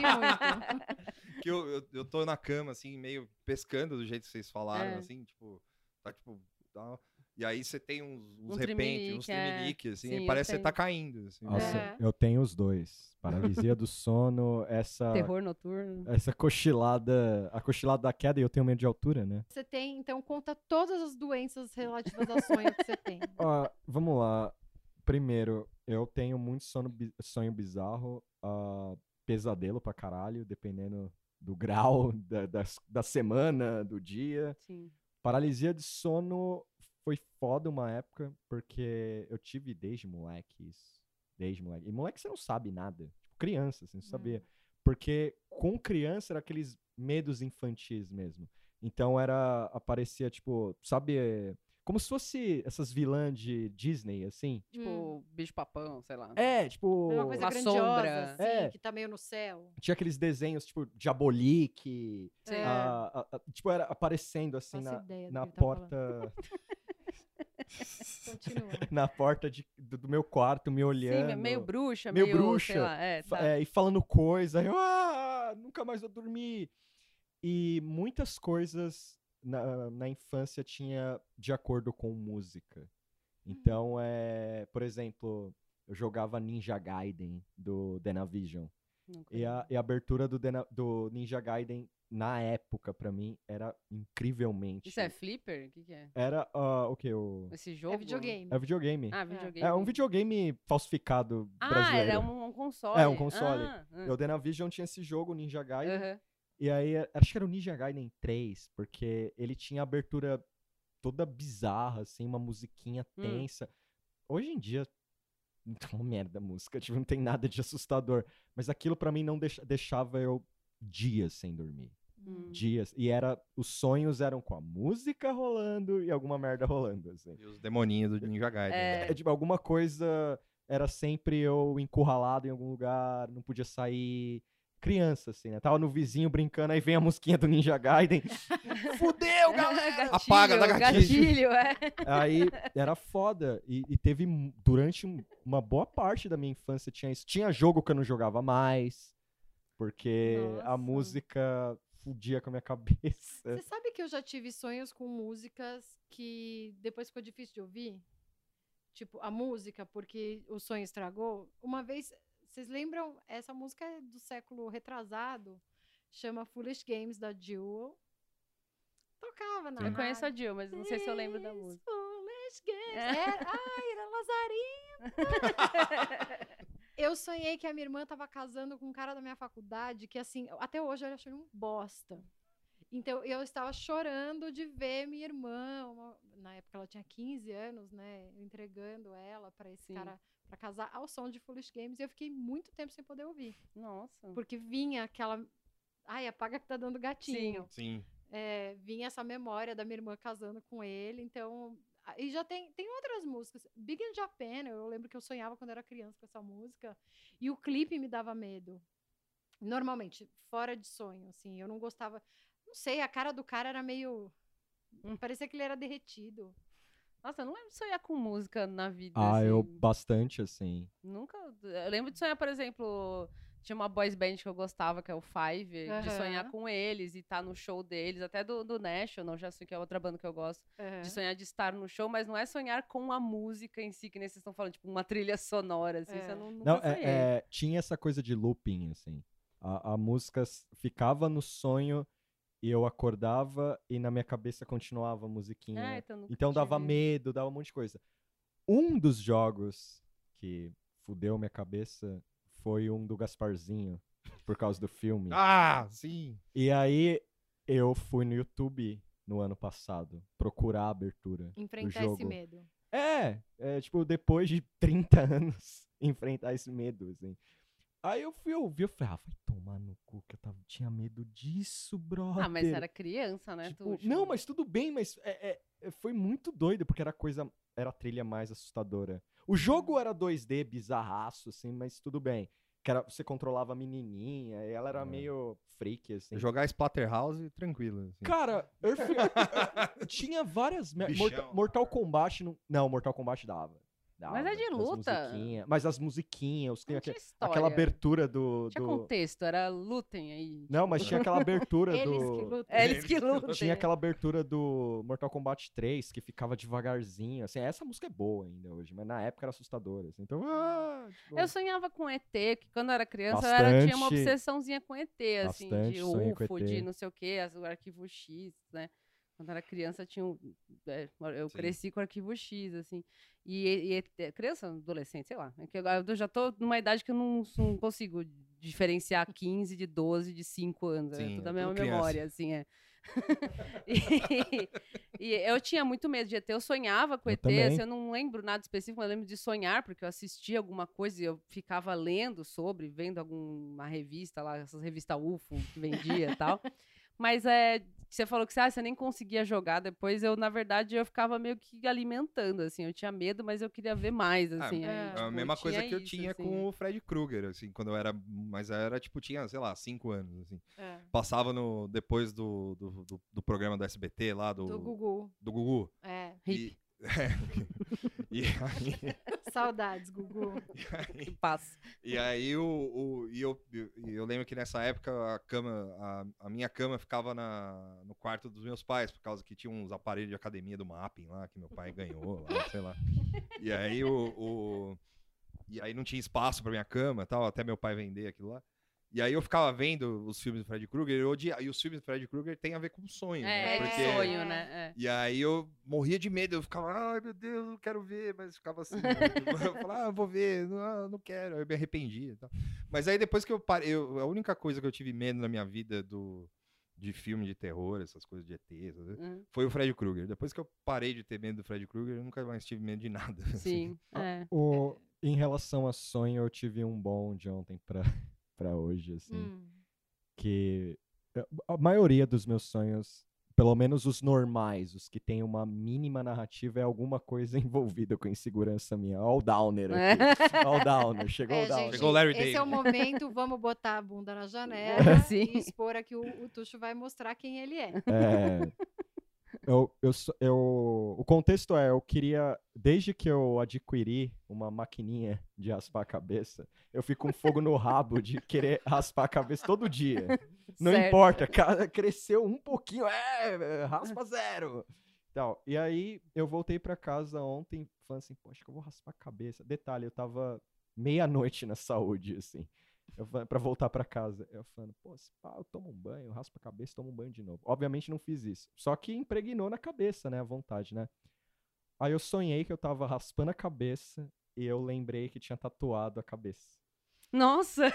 muito. Que eu, eu, eu tô na cama, assim, meio pescando do jeito que vocês falaram, É. assim, tipo, tá tipo. Tá, e aí você tem uns, uns Um repente, uns tremelique, é. tremelique, assim, Sim, e eu parece que você tá tenho. caindo. Assim, Nossa, É. eu tenho os dois. Paralisia do sono, essa, Terror noturno. essa cochilada, a cochilada da queda, e eu tenho medo de altura, né? Você tem, então, conta todas as doenças relativas ao sonho que você tem. Ó, vamos lá. Primeiro, eu tenho muito sono, bi- sonho bizarro, ah, pesadelo pra caralho, dependendo do grau da, das- da semana, do dia. Sim. Paralisia de sono foi foda uma época, porque eu tive desde moleque isso. Desde moleque. E moleque você não sabe nada. Tipo, criança, você não sabia. Porque com criança era aqueles medos infantis mesmo. Então era, aparecia, tipo, sabe, é, como se fosse essas vilãs de Disney, assim. Tipo, Hum. bicho papão, sei lá. É, tipo, É uma coisa Uma grandiosa, sombra. assim, É. que tá meio no céu. tinha aqueles desenhos, tipo, Diabolique, Sim. ah, ah, ah, tipo, era aparecendo assim Faço na, ideia do na que ele tá porta, Continua. na porta de- do, do meu quarto, me olhando. Sim, meio bruxa, meio meio, bruxa, sei lá, é, fa- tá. é, e falando coisa, eu, ah, nunca mais vou dormir. E muitas coisas na, na infância tinha de acordo com música. Então, é, por exemplo, eu jogava Ninja Gaiden do Denavision. Nunca E a, vi. e a abertura do, Dena- do Ninja Gaiden, na época, pra mim, era incrivelmente. Isso é flipper? O que, que é? Era ah, o que? O... Esse jogo? É videogame. É videogame. Ah, videogame. É um videogame falsificado Ah, brasileiro. era um, um console. É, um console. Ah, ah. E o Denavision tinha esse jogo, Ninja Gaiden. Aham. E aí, eh, acho que era o Ninja Gaiden três, porque ele tinha abertura toda bizarra, assim, uma musiquinha Hum. tensa. Hoje em dia, é uma merda a música, tipo, não tem nada de assustador. Mas aquilo pra mim não deixa- deixava eu dias sem dormir. Hum. dias. E era, os sonhos eram com a música rolando e alguma merda rolando, assim. E os demoninhos do Ninja Gaiden. É. É, tipo, alguma coisa era sempre eu encurralado em algum lugar, não podia sair. Criança, assim, né? Tava no vizinho brincando, aí vem a musiquinha do Ninja Gaiden. Fudeu, galera! Gatilho, Apaga, dá gatilho. gatilho, é. Aí era foda. E, e teve, mu- durante um- uma boa parte da minha infância, tinha isso. Tinha jogo que eu não jogava mais, porque a Nossa. música fudia com a minha cabeça. Você sabe que eu já tive sonhos com músicas que depois ficou difícil de ouvir? Tipo, a música, porque o sonho estragou. Uma vez, vocês lembram? Essa música é do século retrasado, chama Foolish Games, da Jewel. Tocava na Sim. Eu conheço a rádio. Jill, mas não sei se eu lembro da These música. Foolish Games. É. Era, ai, era Lazarinho. Eu sonhei que a minha irmã tava casando com um cara da minha faculdade, que assim, até hoje eu achei um bosta. Então, eu estava chorando de ver minha irmã, uma- na época ela tinha quinze anos, né, entregando ela para esse Sim. cara, para casar ao som de Foolish Games, e eu fiquei muito tempo sem poder ouvir, Nossa. porque vinha aquela, ai, apaga que tá dando gatinho. Sim. É, vinha essa memória da minha irmã casando com ele, então, a- e já tem, tem outras músicas, Big in Japan, eu lembro que eu sonhava quando era criança com essa música, e o clipe me dava medo, normalmente, fora de sonho, assim, eu não gostava, não sei, a cara do cara era meio, Hum. parecia que ele era derretido. Nossa, eu não lembro de sonhar com música na vida. Ah, assim. eu bastante, assim. Nunca. Eu lembro de sonhar, por exemplo. Tinha uma boys band que eu gostava, que é o Five, de Aham. sonhar com eles e estar no show deles, até do, do National, já sei que é outra banda que eu gosto. De sonhar de estar no show, mas não é sonhar com a música em si, que nem vocês estão falando, tipo, uma trilha sonora, assim, É. isso eu não, nunca Não, sonhei. é, é, tinha essa coisa de looping, assim. A, a música s- ficava no sonho e eu acordava e na minha cabeça continuava a musiquinha. É, então, nunca Então dava tive. medo, dava um monte de coisa. Um dos jogos que fudeu minha cabeça foi um do Gasparzinho, por causa do filme. Ah, sim. E aí eu fui no YouTube no ano passado procurar a abertura do Enfrentar jogo. esse medo. É, é, tipo, depois de trinta anos, enfrentar esse medo, assim. Aí eu fui ouvir, eu falei, ah, vai tomar no cu, que eu tava, tinha medo disso, brother. Ah, mas era criança, né, Tipo, Tuxo? não, mas tudo bem, mas é, é, é, foi muito doido, porque era a coisa, era a trilha mais assustadora. O jogo era dois D, bizarraço, assim, mas tudo bem. Que era, você controlava a menininha, e ela era É. meio freak, assim. Jogar Splatterhouse, tranquilo. assim. Cara, eu fui- tinha várias... mer- Bichão. Morta- Mortal Kombat... Não, não, Mortal Kombat dava. dava Mas é de as luta. musiquinhas, mas as musiquinhas, os, Não aque- tinha história. aquela abertura do... Tinha do- contexto, era lutem aí. Não, mas tinha aquela abertura Eles do... que lutam. É, eles que lutem. Tinha aquela abertura do Mortal Kombat três que ficava devagarzinho, assim, essa música é boa ainda hoje, mas na época era assustadora, assim, então... Ah, tipo, Eu sonhava com E T, que quando eu era criança eu era, tinha uma Bastante- obsessãozinha com E T, assim, bastante de sonho com U F O, E T. de não sei o quê, as- o arquivo X, né? Quando eu era criança, tinha um, é, eu Sim. cresci com o arquivo X, assim. E, e- E T criança, adolescente, sei lá. É que agora eu já tô numa idade que eu não, não consigo diferenciar quinze de doze, de cinco anos. Sim, é tudo é a mesma tudo criança. memória, assim, é. e, e eu tinha muito medo de E T, eu sonhava com Eu E T, também. assim, eu não lembro nada específico, mas eu lembro de sonhar, porque eu assistia alguma coisa e eu ficava lendo sobre, vendo alguma revista lá, essas revistas U F O que vendia e tal. Mas é, você falou que você, ah, você nem conseguia jogar depois, eu, na verdade, eu ficava meio que alimentando, assim, eu tinha medo, mas eu queria ver mais, Ah, assim. é aí, a É a tipo, mesma coisa tinha que eu isso, tinha assim. com o Fred Krueger, assim, quando eu era. Mas era, tipo, tinha, sei lá, cinco anos, assim. É. Passava no, depois do, do, do, do programa do S B T lá, do, Do Gugu. do Gugu. É. Hip, E, e aí, Saudades, Gugu. que passa. e aí o, o, e eu, eu, e eu lembro que nessa época a cama, a, a minha cama ficava na, no quarto dos meus pais, por causa que tinha uns aparelhos de academia do Mapping lá, que meu pai ganhou, lá, sei lá. E aí o, o- e aí não tinha espaço pra minha cama, tal, até meu pai vender aquilo lá. E aí eu ficava vendo os filmes do Fred Krueger, eu odia, e os filmes do Fred Krueger tem a ver com sonho, né? É, de Porque sonho, né? É. E aí eu morria de medo, eu ficava, ai meu Deus, eu quero ver, mas ficava assim, eu falava, ah, eu vou ver, não, não quero, eu me arrependi e tal. Mas aí depois que eu parei, eu- a única coisa que eu tive medo na minha vida do, de filme de terror, essas coisas de E T, essas coisas, Hum, foi o Fred Krueger. Depois que eu parei de ter medo do Fred Krueger, eu nunca mais tive medo de nada. assim. Sim, é. O, em relação a sonho, eu tive um bom de ontem pra, pra hoje, assim. Hum. Que A maioria dos meus sonhos, pelo menos os normais, os que têm uma mínima narrativa, é alguma coisa envolvida com insegurança minha. Ó o Downer aqui. Ó o Downer. Chegou É, o Downer. gente, Chegou o Larry esse é o David. momento, vamos botar a bunda na janela Sim. e expor aqui, o, o Tuxo vai mostrar quem ele é. É, eu, eu, sou- eu, o contexto é, eu queria, desde que eu adquiri uma maquininha de raspar a cabeça, eu fico com fogo no rabo de querer raspar a cabeça todo dia. Não Certo. importa, ca- cresceu um pouquinho, é, raspa zero. Então, e aí eu voltei pra casa ontem falando assim, pô, acho que eu vou raspar a cabeça. Detalhe, eu tava meia-noite na saúde, assim. Eu, fa- pra voltar pra casa. Eu falando, pô, se pá, eu tomo um banho, eu raspo a cabeça, tomo um banho de novo. Obviamente não fiz isso. Só que impregnou na cabeça, né? A vontade, né? Aí eu sonhei que eu tava raspando a cabeça e eu lembrei que tinha tatuado a cabeça. Nossa!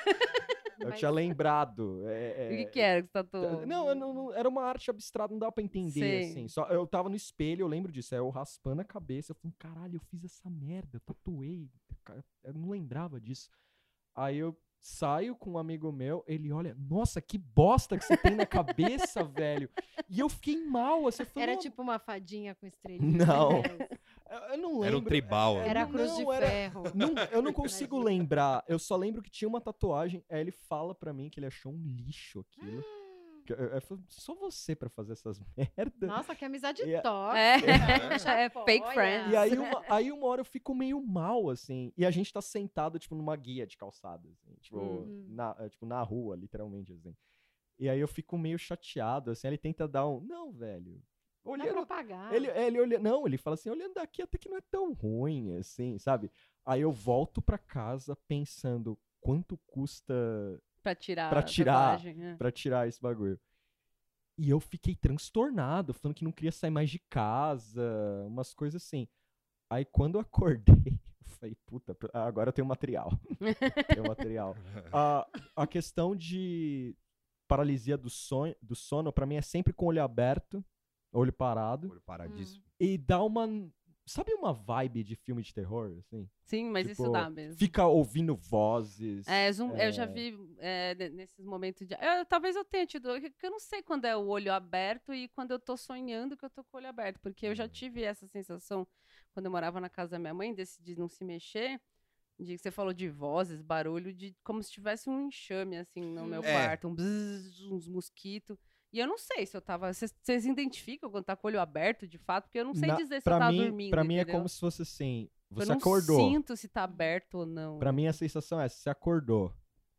Eu Mas- tinha lembrado. é, E o que, é, que era que você tatuou? Não, eu não, não- era uma arte abstrata, não dá pra entender, Sei. assim. Só, eu tava no espelho, eu lembro disso. Aí eu raspando a cabeça, eu falei, caralho, eu fiz essa merda, eu tatuei. Ca- Eu não lembrava disso. Aí eu saio com um amigo meu, ele olha, nossa, que bosta que você tem na cabeça, velho. E eu fiquei mal, assim, eu falei, Era "Não, tipo uma fadinha com estrelinha. Não. né? eu, eu não lembro. Era um tribal. É, né? Era a não, cruz de não, era- ferro. Não, eu não consigo Imagina. lembrar. Eu só lembro que tinha uma tatuagem. Aí ele fala pra mim que ele achou um lixo aquilo. Que eu, eu falo, só você pra fazer essas merdas. Nossa, que amizade E a- tóxica. É, Já é fake apoia. friends. E aí uma, aí uma hora eu fico meio mal, assim. E a gente tá sentado, tipo, numa guia de calçada, assim. Tipo, Uhum. na, é, tipo, na rua, literalmente, assim. E aí eu fico meio chateado, assim. Aí ele tenta dar um... Não, velho. Dá Olhando, pra pagar. Ele, ele olha, não, ele fala assim, olhando daqui até que não é tão ruim, assim, sabe? Aí eu volto pra casa pensando quanto custa Pra tirar Pra a tirar. tatuagem, né? pra tirar esse bagulho. E eu fiquei transtornado, falando que não queria sair mais de casa, umas coisas assim. Aí quando eu acordei, eu falei, puta, agora eu tenho material. tenho material. A, a questão de paralisia do, sonho, do sono, pra mim, é sempre com o olho aberto, olho parado. Olho paradíssimo. E dá uma. Sabe uma vibe de filme de terror, assim? Sim, mas isso Tipo, dá mesmo. Fica ouvindo vozes. É, zoom- eu é, já vi é, ne- nesses momentos de. eu- talvez eu tenha tido. que que Eu não sei quando é o olho aberto e quando eu tô sonhando que eu tô com o olho aberto. Porque eu já tive essa sensação quando eu morava na casa da minha mãe, desse de não se mexer. De que você falou de vozes, barulho, de como se tivesse um enxame, assim, no meu É. quarto, um bzzz, uns mosquitos. E eu não sei se eu tava. Vocês vocês identificam quando tá com o olho aberto, de fato? Porque eu não sei na- dizer se pra eu tava mim, dormindo. Pra mim é entendeu? como se fosse assim. Eu Você não acordou. sinto se tá aberto ou não. Pra mim a sensação é, você acordou.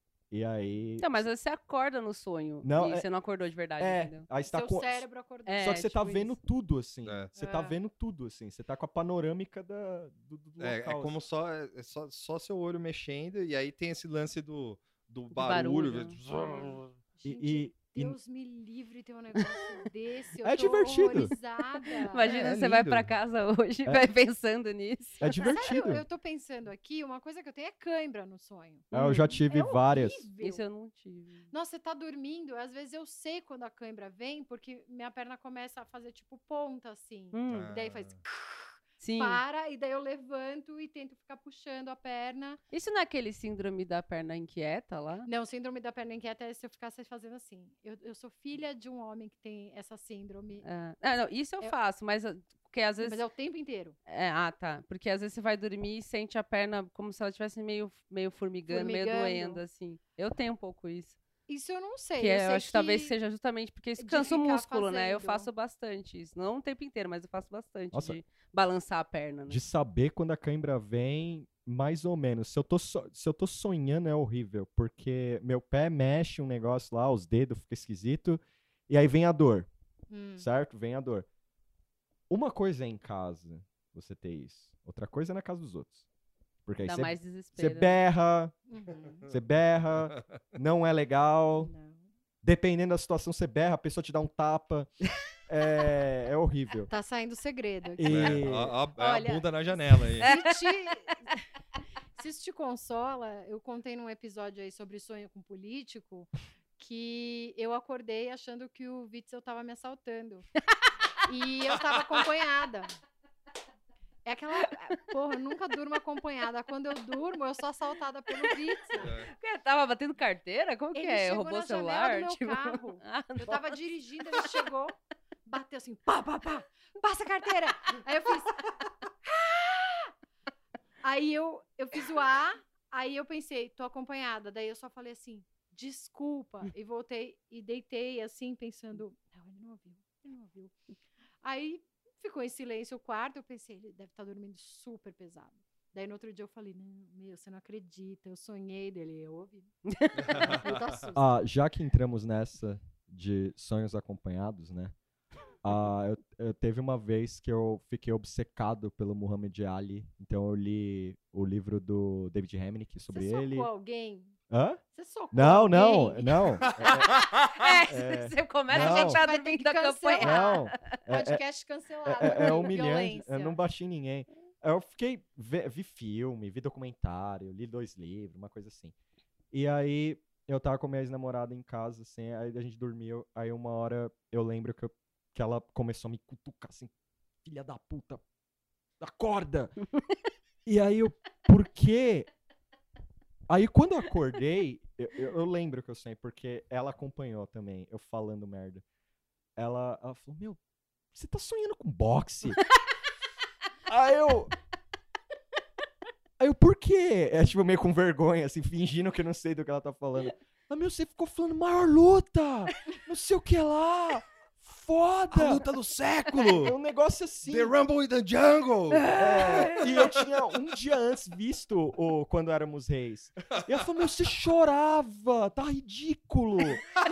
E aí. Então, mas você acorda no sonho. Não, e é- você não acordou de verdade, É, entendeu? aí você tá Seu com. cérebro acordou. É, Só que você tá tipo vendo isso. tudo, assim. É. Você tá É. vendo tudo, assim. Você tá com a panorâmica da, do, do É, é local. como assim. só, é só, só seu olho mexendo, e aí tem esse lance do, do De barulho. barulho. E- Gente, e- e- Deus me livre ter um negócio desse. Eu É tô divertido. horrorizada. Imagina, É você vai lindo. pra casa hoje e É. vai pensando nisso. É divertido. Sério, eu tô pensando aqui, uma coisa que eu tenho é cãibra no sonho. É, eu já tive É várias. horrível. Isso eu não tive. Nossa, você tá dormindo, às vezes eu sei quando a cãibra vem, porque minha perna começa a fazer tipo ponta, assim. Hum, E daí faz sim. para, e daí eu levanto e tento ficar puxando a perna. Isso não é aquele síndrome da perna inquieta lá? Não, síndrome da perna inquieta é se eu ficasse fazendo assim. Eu, eu sou filha de um homem que tem essa síndrome, Ah, ah, não, isso eu Eu- faço, mas ah, porque às vezes. mas é o tempo inteiro. É, ah, tá. Porque às vezes você vai dormir e sente a perna como se ela estivesse meio, meio formigando, meio Formigando. doendo, assim. Eu tenho um pouco isso. Isso eu não sei. Que é, eu sei acho que talvez seja justamente porque isso de cansa o ficar músculo, né? Eu fazendo. faço bastante isso. Não o tempo inteiro, mas eu faço bastante Nossa. de balançar a perna, né? De saber quando a cãibra vem, mais ou menos. Se eu, tô so- se eu tô sonhando é horrível, porque meu pé mexe um negócio lá, os dedos ficam esquisito, e aí vem a dor, Hum. certo? Vem a dor. Uma coisa é em casa você ter isso, outra coisa é na casa dos outros. Porque aí Dá você mais você desespero. né? berra, Uhum. você berra, não é legal. Não. Dependendo da situação, você berra, a pessoa te dá um tapa. É, é horrível. Tá saindo segredo aqui. E- É, a, a- a Olha- bunda na janela aí. Se te, se isso te consola, eu contei num episódio aí sobre sonho com político que eu acordei achando que o Witzel tava me assaltando. E eu tava acompanhada. É aquela. Porra, eu nunca durmo acompanhada. Quando eu durmo, eu sou assaltada pelo Vitzel. É. Porque tava batendo carteira? Como que Ele é? chegou Roubou na celular? janela do meu Tipo... carro. Ah, Eu tava dirigindo, ele chegou, bateu assim, pá, pá, pá, passa a carteira. Aí eu fiz. "Ah!" Aí eu, eu fiz o A, aí eu pensei, tô acompanhada. Daí eu só falei assim, desculpa. E voltei e deitei assim, pensando, não, ele não ouviu, ele não ouviu. Aí ficou em silêncio o quarto, eu pensei, ele deve estar dormindo super pesado. Daí no outro dia eu falei, não, meu, você não acredita, eu sonhei dele, eu ouvi. Puta susto. Ah, já que entramos nessa de sonhos acompanhados, né? Ah, eu, eu teve uma vez que eu fiquei obcecado pelo Muhammad Ali, então eu li o livro do David Remnick sobre Você ele. socou alguém? Hã? Você socou Não, alguém? não, não. É, É, É, você começa não. a gente tá Vai ter dormindo que da cancelar. campanha. não. É, é, Podcast cancelado. é, é aqui, humilhante. violência. Eu não bati em ninguém. Eu fiquei. Vi, vi filme, vi documentário, li dois livros, uma coisa assim. E aí eu tava com minha ex-namorada em casa, assim, aí a gente dormiu. Aí uma hora eu lembro que, eu, que ela começou a me cutucar assim, filha da puta, acorda! E aí eu, por quê? Aí quando eu acordei, eu, eu, eu lembro que eu sonhei, porque ela acompanhou também, eu falando merda. Ela, ela falou, meu, você tá sonhando com boxe? Aí eu... Aí eu, por quê? É tipo meio com vergonha, assim, fingindo que eu não sei do que ela tá falando. Ah, meu, você ficou falando maior luta! Não sei o que lá! Foda! A luta do É século! um negócio assim. The Rumble in the Jungle! É, e eu tinha um dia antes visto o Quando Éramos Reis. E ela falou, meu, você chorava, tá ridículo.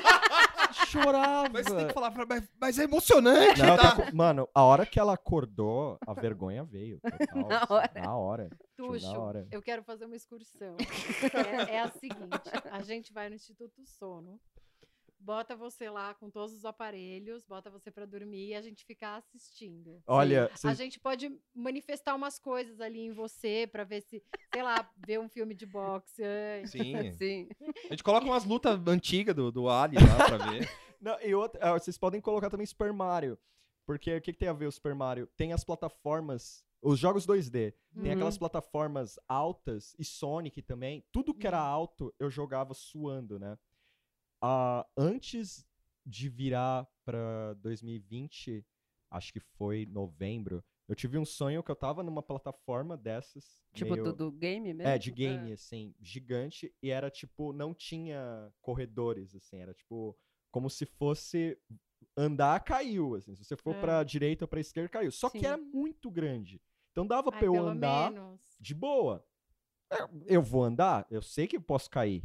Chorava. Mas você tem que falar, pra- mas, mas é emocionante, Não, tá? tá com- Mano, a hora que ela acordou, a vergonha veio. Total, Na assim, hora. Na hora. Tipo, Tuxo, na hora. eu quero fazer uma excursão. é, é a seguinte, a gente vai no Instituto Sono, bota você lá com todos os aparelhos, bota você pra dormir e a gente fica assistindo. Olha, A cês- gente pode manifestar umas coisas ali em você pra ver se, sei lá, ver um filme de boxe antes. Sim. Sim. A gente coloca umas lutas antigas do, do Ali lá pra ver. Não, e outra, ah, vocês podem colocar também Super Mario. Porque o que, que tem a ver o Super Mario? Tem as plataformas, os jogos dois D. Tem Uhum. aquelas plataformas altas e Sonic também. Tudo que era Uhum. alto eu jogava suando, né? Ah, antes de virar pra dois mil e vinte, acho que foi novembro, eu tive um sonho que eu tava numa plataforma dessas. Tipo, meio... do, do game mesmo? É, de game, assim, gigante, e era tipo, não tinha corredores, assim, era tipo, como se fosse andar, caiu, assim, se você for É. pra direita ou pra esquerda, caiu. Só Sim. que era muito grande. Então dava Ai, pra eu pelo andar menos. de boa. Eu- Eu vou andar, eu sei que eu posso cair.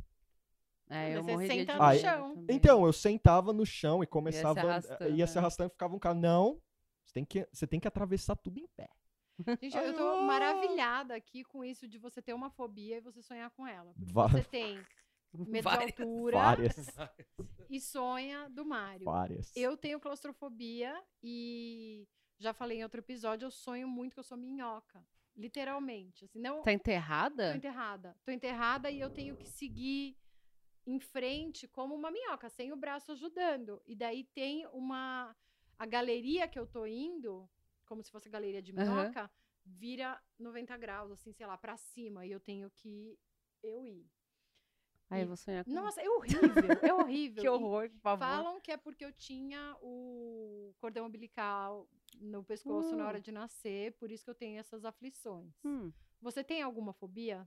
É, eu Você morreria senta de no medo chão. também. Então, eu sentava no chão e começava, a and- arrastando, ia se é. arrastando, ficava um cara, não, você tem que, você tem que atravessar tudo em pé. Gente, eu tô Ah! maravilhada aqui com isso de você ter uma fobia e você sonhar com ela. Porque Va- você tem medo Várias. de altura Várias, e sonha do Mário. várias. Eu tenho claustrofobia e já falei em outro episódio, eu sonho muito que eu sou minhoca. Literalmente. Assim, não Tá tô enterrada? enterrada. Tô enterrada e eu tenho que seguir em frente como uma minhoca, sem o braço ajudando. E daí tem uma... A galeria que eu tô indo, como se fosse a galeria de Aham. minhoca, vira noventa graus, assim, sei lá, pra cima. E eu tenho que eu ir. Aí E- eu vou sonhar com Nossa, é horrível, é horrível. Que E horror, por favor. falam que é porque eu tinha o cordão umbilical no pescoço na Uh. hora de nascer, por isso que eu tenho essas aflições. Hum. Você tem alguma fobia?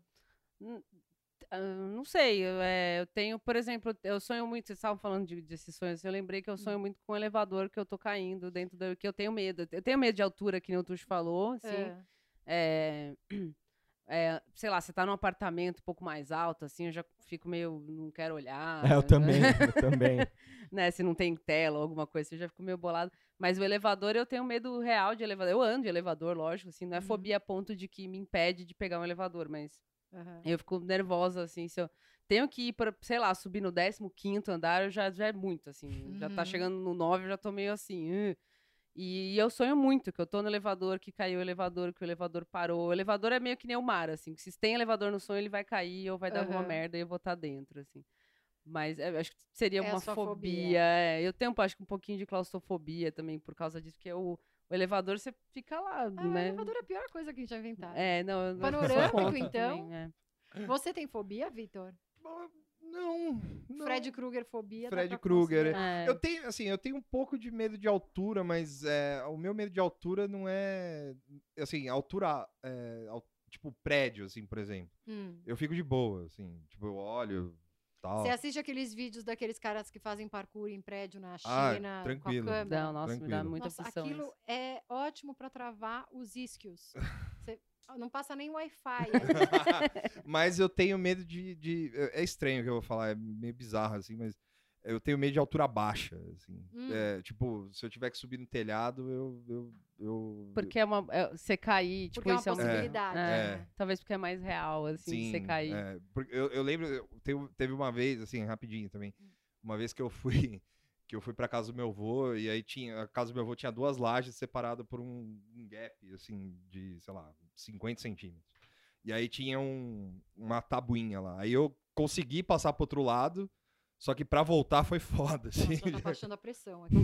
Ah, não sei, eu, é, eu tenho, por exemplo, eu sonho muito, vocês estavam falando de, desses sonhos, eu lembrei que eu sonho muito com o elevador, que eu tô caindo dentro do, que eu tenho medo, eu tenho medo de altura, que nem o Tuxo falou, assim, É. é, é, sei lá, você tá num apartamento um pouco mais alto, assim, eu já fico meio, não quero olhar. É, eu também, eu também. Né, se não tem tela ou alguma coisa, assim, eu já fico meio bolado. Mas o elevador, eu tenho medo real de elevador. Eu ando de elevador, lógico, assim, não é Uhum. fobia a ponto de que me impede de pegar um elevador, mas Aham. eu fico nervosa, assim, se eu tenho que ir para, sei lá, subir no décimo quinto andar, eu já, já é muito, assim, já tá Uhum. chegando no nove, eu já tô meio assim, "Ugh". E eu sonho muito que eu tô no elevador, que caiu o elevador, que o elevador parou. O elevador é meio que nem o mar, assim, que se tem elevador no sonho, ele vai cair ou vai dar alguma Aham. merda e eu vou estar dentro, assim. Mas é, eu acho que seria É a uma sua fobia. fobia. é. Eu tenho, acho que um pouquinho de claustrofobia também por causa disso, porque o, O elevador, você fica lá, Ah, o né? elevador é a pior coisa que a gente já inventaram. É, não, eu não sou Panorâmico, contra então? também, é. Você tem fobia, Vitor? Não, não. Fred Krueger fobia. dá Fred pra Krueger, considerar. É. Eu tenho, assim, eu tenho um pouco de medo de altura, mas é, o meu medo de altura não é, assim, altura, é, al- tipo prédio, assim, por exemplo. Hum. Eu fico de boa, assim, tipo, eu olho, tal. Você assiste aqueles vídeos daqueles caras que fazem parkour em prédio na Ah, China, tranquilo. com a câmera? Não, nossa, me dá Tranquilo. muita Nossa, aflição aquilo isso. é ótimo pra travar os isquios. Você não passa nem Wi-Fi. Mas eu tenho medo de, de- É estranho o que eu vou falar, é meio bizarro, assim, mas eu tenho medo de altura baixa, assim. Hum. É, tipo, se eu tiver que subir no telhado, eu... eu, eu Porque é uma. é, você cair, tipo, Porque é uma isso é um. possibilidade. É, né? Talvez porque é mais real, assim, de você Sim, cair. é, porque eu, eu lembro, eu- teve, teve uma vez, assim, rapidinho também, uma vez que eu fui, que eu fui pra casa do meu avô, e aí tinha, a casa do meu avô tinha duas lajes separadas por um, um gap, assim, de, sei lá, cinquenta centímetros. E aí tinha um, uma tabuinha lá. Aí eu consegui passar pro outro lado, só que pra voltar foi foda, assim. Nossa, tá baixando a pressão aqui.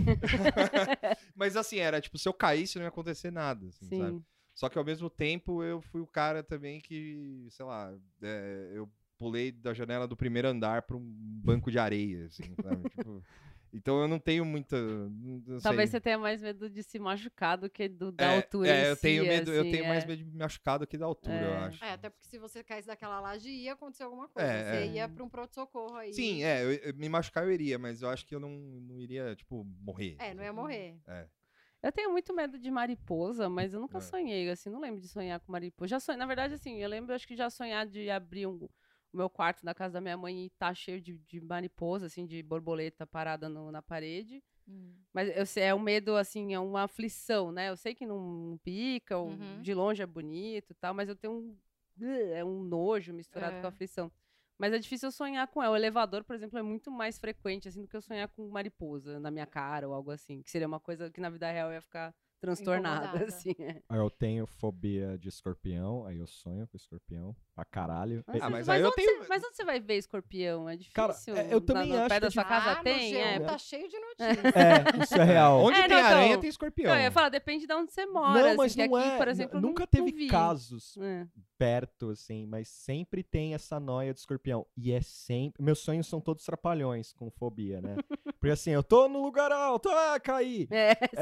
Mas assim, era tipo, se eu caísse não ia acontecer nada, assim, Sim. sabe? Só que ao mesmo tempo eu fui o cara também que, sei lá, é, eu pulei da janela do primeiro andar pra um banco de areia, assim, sabe? Tipo, então eu não tenho muita. Não Talvez sei. você tenha mais medo de se machucar do que do, da É, altura. é, em eu tenho si, medo, eu assim, tenho é. mais medo de me machucar do que da altura, eu É. acho. É, até porque se você caísse daquela laje, ia acontecer alguma coisa. É, você é. ia pra um pronto-socorro aí. Sim, é, eu, eu- me machucar eu iria, mas eu acho que eu não, não iria, tipo, morrer. É, não ia morrer. É. Eu tenho muito medo de mariposa, mas eu nunca É. sonhei, assim, não lembro de sonhar com mariposa. Já sonhei, na verdade, assim, eu lembro, acho que já sonhar de abrir um, o meu quarto na casa da minha mãe e tá cheio de, de mariposa, assim, de borboleta parada no- na parede. Hum. Mas eu sei, é um medo, assim, é uma aflição, né? Eu sei que não pica, ou Uhum. de longe é bonito e tal, mas eu tenho um... É um nojo misturado É. com aflição. Mas é difícil eu sonhar com ela. O elevador, por exemplo, é muito mais frequente, assim, do que eu sonhar com mariposa na minha cara ou algo assim. Que seria uma coisa que na vida real eu ia ficar transtornada, Incomodada. assim. é. Aí eu tenho fobia de escorpião, aí eu sonho com escorpião pra caralho. Mas, Ah, mas mas aí eu onde tenho- você, mas onde você vai ver escorpião? É difícil? Cara, é, eu também na, no acho pé que da é sua difícil. casa Ah, tem? no G um É. tá cheio de notícias. É, isso é real. Onde É, tem não, aranha, então- tem escorpião. Não, eu ia falar, depende de onde você mora. Não, mas assim, que não aqui, é. por exemplo, eu nunca não, teve não vi. casos É. perto, assim, mas sempre tem essa noia de escorpião. E é sempre. Meus sonhos são todos trapalhões com fobia, né? Porque assim, eu tô no lugar alto, ah, caí. É, sim.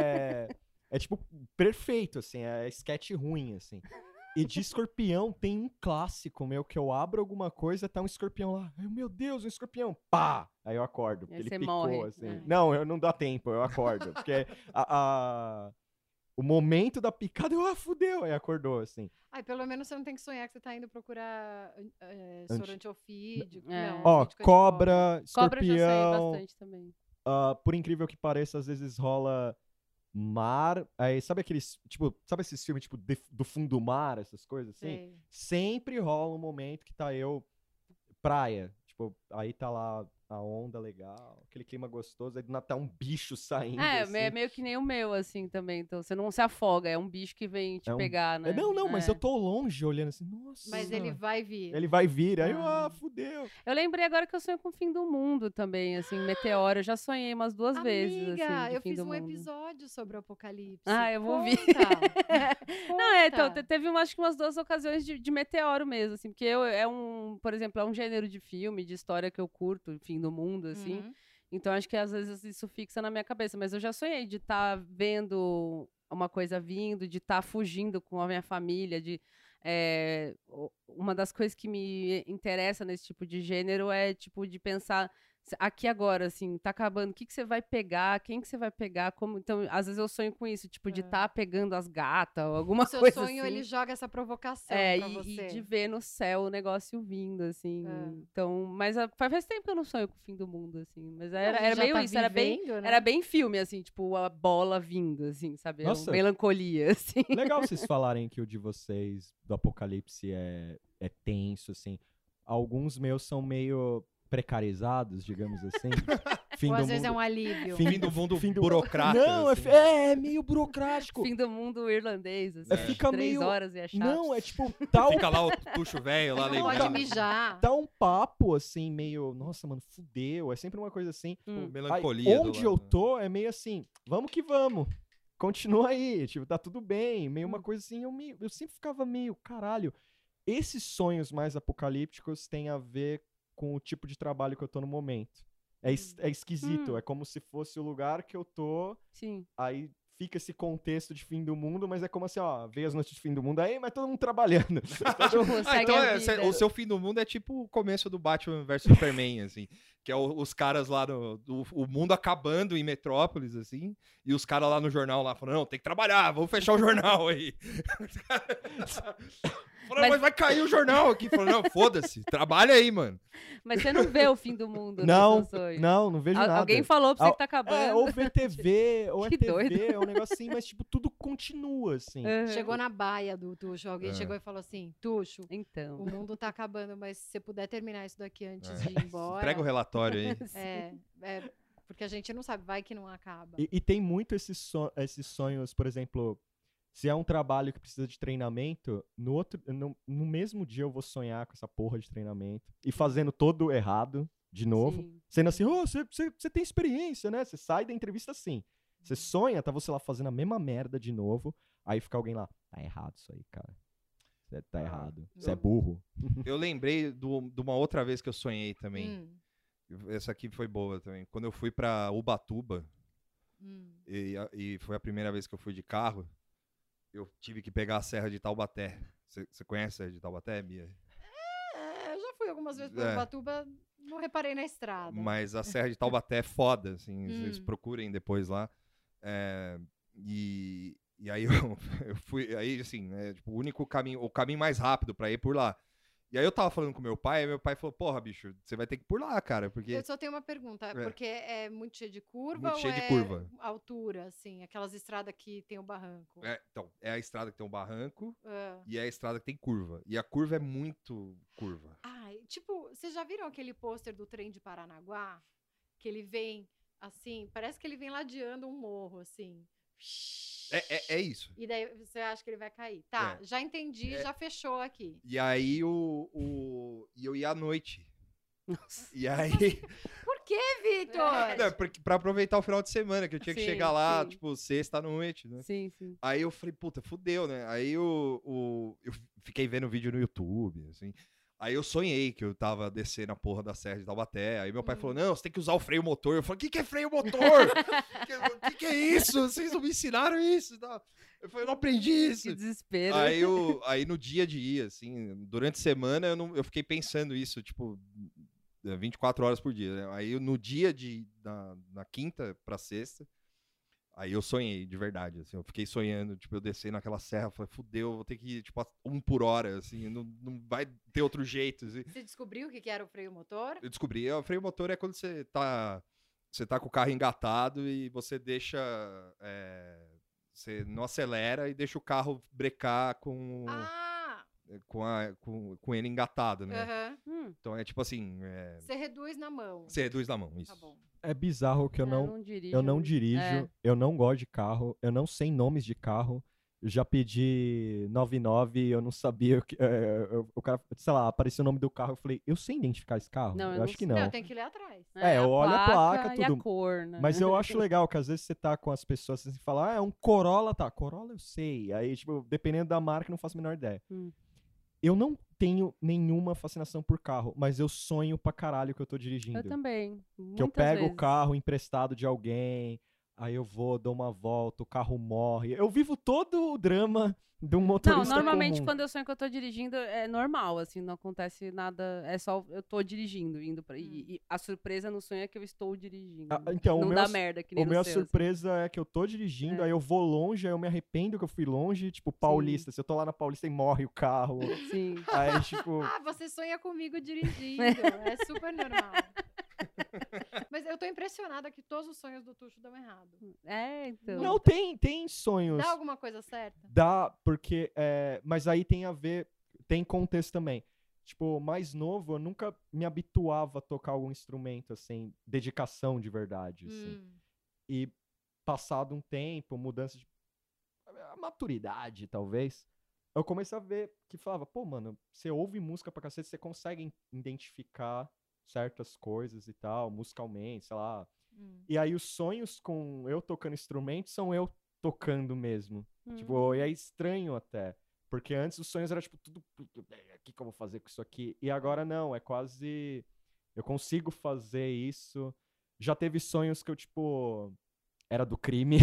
É, é tipo, perfeito, assim, é sketch ruim, assim. E de escorpião tem um clássico meu que eu abro alguma coisa, tá um escorpião lá. Ai, meu Deus, um escorpião. Pá! Aí eu acordo, porque Aí ele você picou, morre, assim. é. Não, eu não dá tempo, eu acordo. Porque a, a- o momento da picada, eu, ah, fudeu. Aí acordou, assim. Ai, pelo menos você não tem que sonhar que você tá indo procurar é, Anti- soro antiofídico. É. Não, Ó, ofídico é de cobra, Cobra eu já sei escorpião. bastante também. ah, por incrível que pareça, às vezes rola mar. Aí, sabe aqueles. Tipo, sabe esses filmes, tipo, de- do fundo do mar, essas coisas assim? Sei. Sempre rola um momento que tá eu. Praia. Tipo, aí tá lá a onda legal, aquele clima gostoso, aí do nada tá um bicho saindo. É, assim. é meio que nem o meu, assim, também. Então, você não se afoga, é um bicho que vem te É um- pegar, né? É, não, não, mas É. eu tô longe olhando assim, nossa. Mas ele vai vir. Ele vai vir, aí eu, Ah. ah, fudeu. Eu lembrei agora que eu sonho com o fim do mundo também, assim, meteoro. Eu já sonhei umas duas Amiga, vezes, assim, de eu fim fiz do um mundo. episódio sobre o apocalipse. Ah, eu vou ouvir. Conta. Não, é, então, Conta. te- teve uma, acho que umas duas ocasiões de, de meteoro mesmo, assim, porque eu, é um, por exemplo, é um gênero de filme, de história que eu curto, fim do mundo, assim. Uhum. Então, acho que às vezes isso fixa na minha cabeça. Mas eu já sonhei de estar vendo uma coisa vindo, de estar fugindo com a minha família, de... é, o- uma das coisas que me interessa nesse tipo de gênero é, tipo, de pensar se- aqui agora, assim, tá acabando, o que que você vai pegar, quem que você vai pegar, como... Então, às vezes eu sonho com isso, tipo, de É. estar pegando as gatas ou alguma O seu coisa sonho, assim. ele joga essa provocação É, pra e, você. e de ver no céu o negócio vindo, assim. É. Então, mas ah, faz tempo que eu não sonho com o fim do mundo, assim. Mas Não, a era, gente era já meio tá isso, era bem, vivendo, né? era bem filme, assim, tipo, a bola vindo, assim, sabe? Era uma Nossa. melancolia, assim. Legal vocês falarem que o de vocês, do apocalipse, é, é tenso, assim. Alguns meus são meio precarizados, digamos assim. Fim Ou do às vezes é mundo. um alívio. Fim do mundo fim do- burocrata. Não, é, assim. é, é meio burocrático. Fim do mundo irlandês, assim. É, fica três meio- horas e é chato. Não, é tipo, tá um, Fica lá o tucho velho lá Não pode lembrando. mijar. tá um papo, assim, meio, nossa, mano, fudeu. É sempre uma coisa assim. Hum. Melancolia. Aí, do onde lado. eu tô é meio assim, vamos que vamos. continua aí, tipo, tá tudo bem. Meio uma Hum. coisa assim, eu, me, eu sempre ficava meio, caralho, esses sonhos mais apocalípticos têm a ver com o tipo de trabalho que eu tô no momento. É, es- é esquisito, Hum. é como se fosse o lugar que eu tô, Sim. aí fica esse contexto de fim do mundo, mas é como assim, ó, veio as notícias de fim do mundo aí, mas todo mundo trabalhando. Todo mundo- Tipo, Ah, segue então a é, cê- vida. o seu fim do mundo é tipo o começo do Batman versus Superman, assim. Que é o- os caras lá no. do- o mundo acabando em Metrópolis, assim. E os caras lá no jornal lá falando, não, tem que trabalhar, vamos fechar o jornal aí. Falando, Mas- mas vai cair o jornal aqui. Falando, não, foda-se, trabalha aí, mano. Mas você não vê o fim do mundo Não, no seu sonho. não, não vejo Al- nada. Alguém falou pra você Al- que tá acabando. É, ou ver T V, ou é Que T V, doido. é um negócio assim, mas tipo, tudo continua, assim. Aham. Chegou na baia do Tuxo, alguém É. chegou e falou assim, Tuxo, Então. o mundo tá acabando, mas se você puder terminar isso daqui antes É. de ir embora... Entrega o relatório aí. É, é, porque a gente não sabe, vai que não acaba. E, e tem muito esses, so- esses sonhos, por exemplo, se é um trabalho que precisa de treinamento, no, outro, no, no mesmo dia eu vou sonhar com essa porra de treinamento e fazendo todo errado de novo. Sim. Sendo assim, ô, você você tem experiência, né? Você sai da entrevista assim. Você sonha, tá você lá fazendo a mesma merda de novo, aí fica alguém lá, tá errado isso aí, cara. Você tá Ah, errado. Você é eu- burro. Eu lembrei do- de uma outra vez que eu sonhei também. Hum, Essa aqui foi boa também. Quando eu fui pra Ubatuba, hum. e, a- e foi a primeira vez que eu fui de carro, eu tive que pegar a Serra de Taubaté. Você conhece a Serra de Taubaté, Bia? É, eu já fui algumas vezes É. para Ubatuba, não reparei na estrada. Mas a Serra de Taubaté é foda, assim, vocês Hum. procurem depois lá. É, e, e aí eu, eu fui, aí assim, né, tipo, o único caminho, o caminho mais rápido pra ir por lá. E aí eu tava falando com meu pai, e meu pai falou, porra, bicho, você vai ter que ir por lá, cara, porque... Eu só tenho uma pergunta, É. porque é muito cheio de curva Muito ou cheio de é curva. altura, assim, aquelas estradas que tem o barranco? É, então, é a estrada que tem um barranco Ah. e é a estrada que tem curva. E a curva é muito curva. Ai, tipo, vocês já viram aquele pôster do trem de Paranaguá? Que ele vem, assim, parece que ele vem ladeando um morro, assim. É, é, é isso. E daí você acha que ele vai cair. Tá, É. já entendi, É. já fechou aqui. E aí o, o e eu ia à noite. Nossa. E aí, Por que, Vitor? não, porque, pra aproveitar o final de semana, que eu tinha que Sim, chegar lá, sim. tipo, sexta à noite, né? Sim, sim. Aí eu falei, puta, fudeu, né? Aí o, o, eu fiquei vendo vídeo no YouTube, assim. Aí eu sonhei que eu tava descendo a porra da Serra de Taubaté. Aí meu pai Hum. falou, não, você tem que usar o freio motor. Eu falei, o que, que é freio motor? O que, que é isso? Vocês não me ensinaram isso e tal. Eu falei, eu não aprendi isso. Que desespero. Aí, eu, aí no dia a dia, assim, durante a semana eu, não, eu fiquei pensando isso, tipo, vinte e quatro horas por dia. Né? Aí eu, no dia de, da, na quinta pra sexta, aí eu sonhei, de verdade, assim, eu fiquei sonhando, tipo, eu desci naquela serra, falei, fudeu, vou ter que ir, tipo, a um por hora, assim, não, não vai ter outro jeito, assim. Você descobriu o que que era o freio motor? Eu descobri, o freio motor é quando você tá, você tá com o carro engatado e você deixa, é, você não acelera e deixa o carro brecar com, Ah! com, a, com, com ele engatado, né? Aham. Hum, Então é tipo assim, é, Você reduz na mão. você reduz na mão, isso. Tá bom. É bizarro que eu eu não, não dirijo. eu não dirijo, É. eu não gosto de carro, eu não sei nomes de carro. Eu já pedi noventa e nove, eu não sabia o que. é, eu- o cara, sei lá, apareceu o nome do carro, eu falei, eu sei identificar esse carro? Não, eu eu não acho que sei. não. Não, tem que ler atrás. É, eu olho a placa, e a tudo. cor, né? Mas eu acho legal que às vezes você tá com as pessoas assim, e fala, ah, é um Corolla, tá, Corolla eu sei. Aí, tipo, dependendo da marca, eu não faço a menor ideia. Hum. Eu não tenho nenhuma fascinação por carro, mas eu sonho pra caralho que eu tô dirigindo. Eu também. Que eu muitas pego o vezes. carro emprestado de alguém, aí eu vou, dou uma volta, o carro morre. Eu vivo todo o drama de um Não, motorista normalmente comum. quando eu sonho que eu tô dirigindo é normal, assim, não acontece nada, é só eu tô dirigindo, indo pra... E, e a surpresa no sonho é que eu estou dirigindo. Ah, então, não o meu, dá su- merda, que nem o no meu seu, assim. surpresa é que eu tô dirigindo, É. aí eu vou longe, aí eu me arrependo que eu fui longe, tipo, Paulista. Se eu tô lá na Paulista e morre o carro, Sim. aí, tipo... Ah, você sonha comigo dirigindo. É super normal. Mas eu tô impressionada que todos os sonhos do Tuxo dão errado. É, então. Não, tem, tem sonhos. Dá alguma coisa certa? Dá, porque. É, mas aí tem a ver. Tem contexto também. Tipo, mais novo, eu nunca me habituava a tocar algum instrumento, assim, dedicação de verdade, assim. Hum. E passado um tempo, mudança de. A maturidade, talvez. Eu comecei a ver que falava, pô, mano, você ouve música pra cacete, você consegue in- identificar certas coisas e tal, musicalmente, sei lá. Hum. E aí os sonhos com eu tocando instrumento são eu tocando mesmo. Tipo, e é estranho até. Porque antes os sonhos eram, tipo, tudo... tudo, "É, o que que eu vou fazer com isso aqui?" E agora não, é quase... Eu consigo fazer isso. Já teve sonhos que eu, tipo... Era do crime.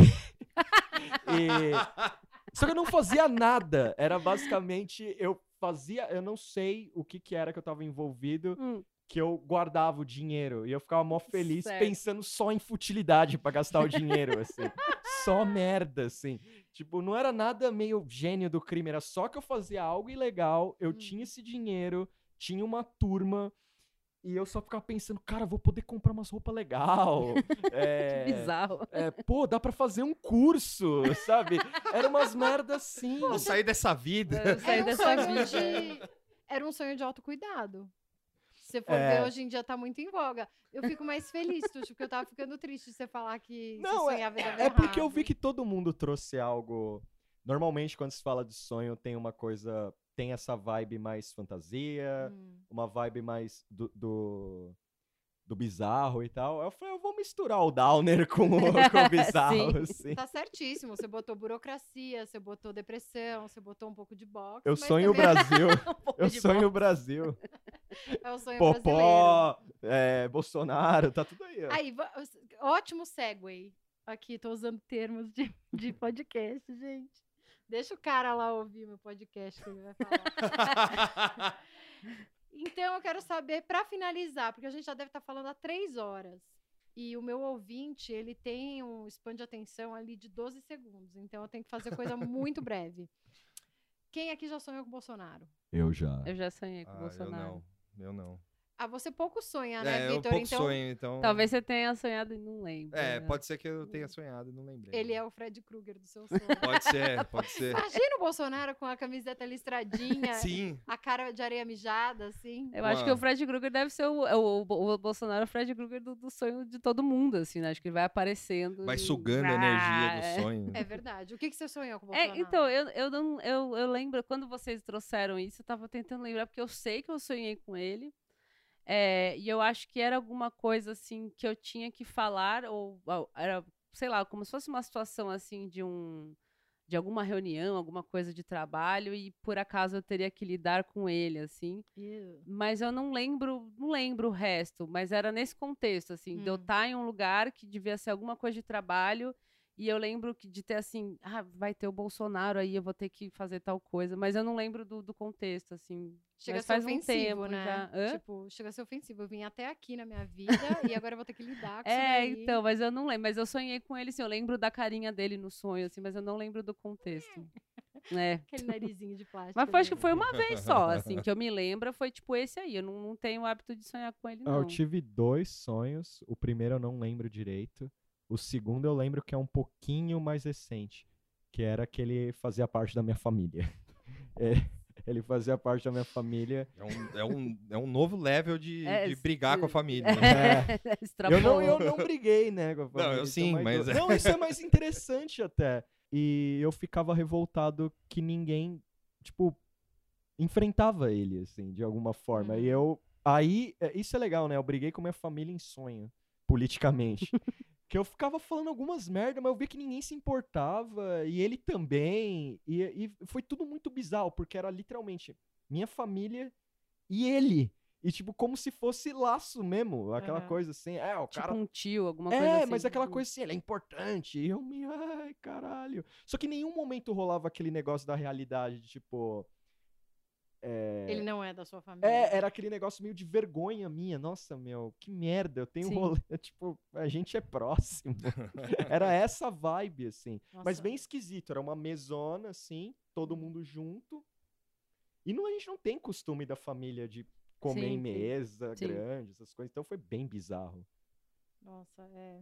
E... Só que eu não fazia nada. Era basicamente... Eu fazia... Eu não sei o que que era que eu tava envolvido. Hum. Que eu guardava o dinheiro. E eu ficava mó feliz Certo. pensando só em futilidade pra gastar o dinheiro, assim. Só merda, assim. Tipo, não era nada meio gênio do crime. Era só que eu fazia algo ilegal. Eu Hum. tinha esse dinheiro. Tinha uma turma. E eu só ficava pensando, cara, vou poder comprar umas roupas legal. É, Que bizarro. é, pô, dá pra fazer um curso, sabe? Era umas merdas assim. Vou sair dessa vida. Eu saí Era um dessa sonho vida. de... Era um sonho de autocuidado. Se você for É. ver, hoje em dia tá muito em voga. Eu fico mais feliz, Tuxo, porque eu tava ficando triste de você falar que Não, você é, sonhava e dava é porque eu errado. vi que todo mundo trouxe algo. Normalmente, quando se fala de sonho, tem uma coisa. Tem essa vibe mais fantasia, Hum. uma vibe mais do, do, do bizarro e tal. Eu falei, eu vou misturar o Downer com, o- com o bizarro, Sim. assim. Tá certíssimo. Você botou burocracia, você botou depressão, você botou um pouco de boxe. Eu mas sonho o também Brasil. Um pouco Eu de sonho bosta. o Brasil. é o sonho brasileiro. Popó, é, Bolsonaro, tá tudo aí. Ó. Aí, va- ótimo segue. Aqui, tô usando termos de, de podcast, gente. Deixa o cara lá ouvir meu podcast que ele vai falar. Então, eu quero saber, pra finalizar, porque a gente já deve estar falando há três horas. E o meu ouvinte, ele tem um span de atenção ali de doze segundos. Então, eu tenho que fazer coisa muito breve. Quem aqui já sonhou com o Bolsonaro? Eu já. Eu já sonhei com o Ah, eu Bolsonaro. não. Eu não. Ah, você pouco sonha, né, É, eu Vitor? pouco Então, sonho, então... Talvez você tenha sonhado e não lembra. É, né? pode ser que eu tenha sonhado e não lembrei. ele é o Fred Krueger do seu sonho. Pode ser, pode ser. Imagina o Bolsonaro com a camiseta listradinha, Sim. a cara de areia mijada, assim. Eu acho que Uma- o Fred Krueger deve ser o, o, o, o Bolsonaro, é o Fred Krueger do, do sonho de todo mundo, assim, né? Acho que ele vai aparecendo. Vai e- sugando a Ah, energia é. do sonho. É verdade. O que, que você sonhou com o É, Bolsonaro? então, eu, eu, não, eu, eu lembro, quando vocês trouxeram isso, eu tava tentando lembrar, porque eu sei que eu sonhei com ele. É, e eu acho que era alguma coisa, assim, que eu tinha que falar, ou, ou era, sei lá, como se fosse uma situação, assim, de um... de alguma reunião, alguma coisa de trabalho, e por acaso eu teria que lidar com ele, assim. Ew. Mas eu não lembro, não lembro o resto, mas era nesse contexto, assim, de eu Hum. estar em um lugar que devia ser alguma coisa de trabalho, e eu lembro que de ter assim, ah, vai ter o Bolsonaro aí, eu vou ter que fazer tal coisa, mas eu não lembro do, do contexto, assim. Chega a mas ser faz um ofensivo, tempo né? já. Hã? Tipo, chega a ser ofensivo. Eu vim até aqui na minha vida e agora eu vou ter que lidar com isso É, daí. então, mas eu não lembro, mas eu sonhei com ele, assim, eu lembro da carinha dele no sonho, assim, mas eu não lembro do contexto. É. Aquele narizinho de plástico. Mas foi, acho que dele. foi uma vez só, assim, que eu me lembro, foi tipo esse aí. Eu não, não tenho o hábito de sonhar com ele, Ah, não. eu tive dois sonhos. O primeiro eu não lembro direito. O segundo eu lembro que é um pouquinho mais recente. Que era que ele fazia parte da minha família. É, ele fazia parte da minha família. É um, é um, é um novo level de, É, de brigar com a família. né? É. Eu Extrapolou. não, eu não briguei, né, com a família. eu isso é sim, mais mas- doido. Não, isso é mais interessante até. E eu ficava revoltado que ninguém, tipo, enfrentava ele, assim, de alguma forma. E Uhum. eu... Aí, é, isso é legal, né? Eu briguei com minha família em sonho, politicamente. Que eu ficava falando algumas merdas, mas eu via que ninguém se importava, e ele também. E, e foi tudo muito bizarro, porque era literalmente minha família e ele. E, tipo, como se fosse laço mesmo, aquela Aham. coisa assim. É, o Tipo cara um tio, alguma coisa é, assim. mas aquela coisa assim, ele é importante. E eu me. Ai, caralho. Só que em nenhum momento rolava aquele negócio da realidade, de tipo. É, Ele não é da sua família. é, era aquele negócio meio de vergonha minha. Nossa, meu, que merda. Eu tenho Sim. rolê. Tipo, a gente é próximo. Era essa vibe, assim. Mas Nossa. bem esquisito. Era uma mesona, assim, todo Uhum. mundo junto. E não, a gente não tem costume da família de comer Sim, em sim. mesa Sim. grande, essas coisas. Então foi bem bizarro. Nossa, é.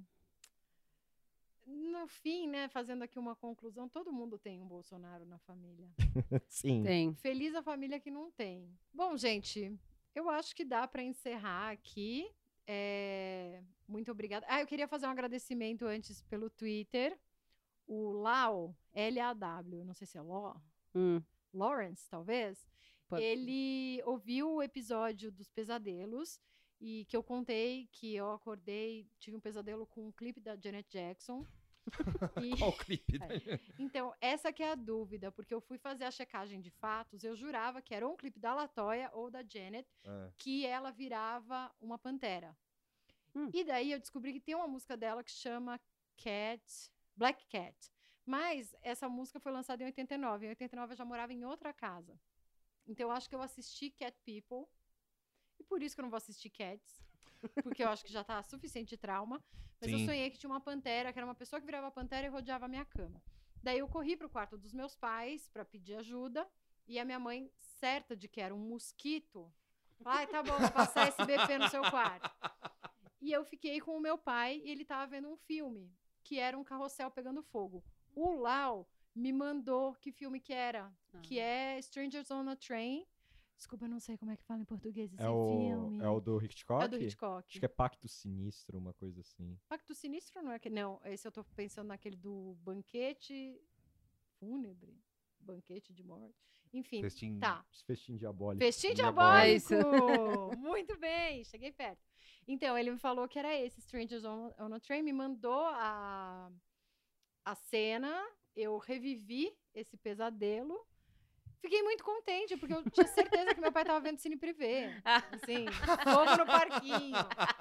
No fim, né, fazendo aqui uma conclusão, todo mundo tem um Bolsonaro na família. Sim. Tem. Feliz a família que não tem. Bom, gente, eu acho que dá para encerrar aqui. É, Muito obrigada. Ah, eu queria fazer um agradecimento antes pelo Twitter. O Lau, L A W, não sei se é Law, Hum, Lawrence, talvez. pode- Ele ouviu o episódio dos pesadelos e que eu contei que eu acordei, tive um pesadelo com um clipe da Janet Jackson. E- Qual o clipe? É. Então, essa que é a dúvida, porque eu fui fazer a checagem de fatos, eu jurava que era um clipe da LaToya ou da Janet, É. que ela virava uma pantera. Hum. E daí eu descobri que tem uma música dela que chama Cat, Black Cat. Mas essa música foi lançada em oitenta e nove. Em oitenta e nove eu já morava em outra casa. Então eu acho que eu assisti Cat People. E por isso que eu não vou assistir Cats. Porque eu acho que já tá suficiente de trauma. Mas eu Sim. sonhei que tinha uma pantera, que era uma pessoa que virava pantera e rodeava a minha cama. Daí eu corri pro quarto dos meus pais pra pedir ajuda. E a minha mãe, certa de que era um mosquito, ai, tá bom, vou passar esse B P no seu quarto. E eu fiquei com o meu pai e ele tava vendo um filme, que era um carrossel pegando fogo. O Lau me mandou que filme que era, que é Strangers on a Train. Desculpa, eu não sei como é que fala em português esse É o, filme. é o do Hitchcock? É do Hitchcock. Acho que é Pacto Sinistro, uma coisa assim. Pacto Sinistro não é que não, esse eu tô pensando naquele do banquete fúnebre, banquete de morte. Enfim, Festim- tá. Esse festim diabólico. Festim Diabólico. diabólico! Muito bem, cheguei perto. Então, ele me falou que era esse, Strangers on, on a Train, me mandou a, a cena, eu revivi esse pesadelo. Fiquei muito contente, porque eu tinha certeza que meu pai tava vendo Cine Privé. Assim, fogo no parquinho.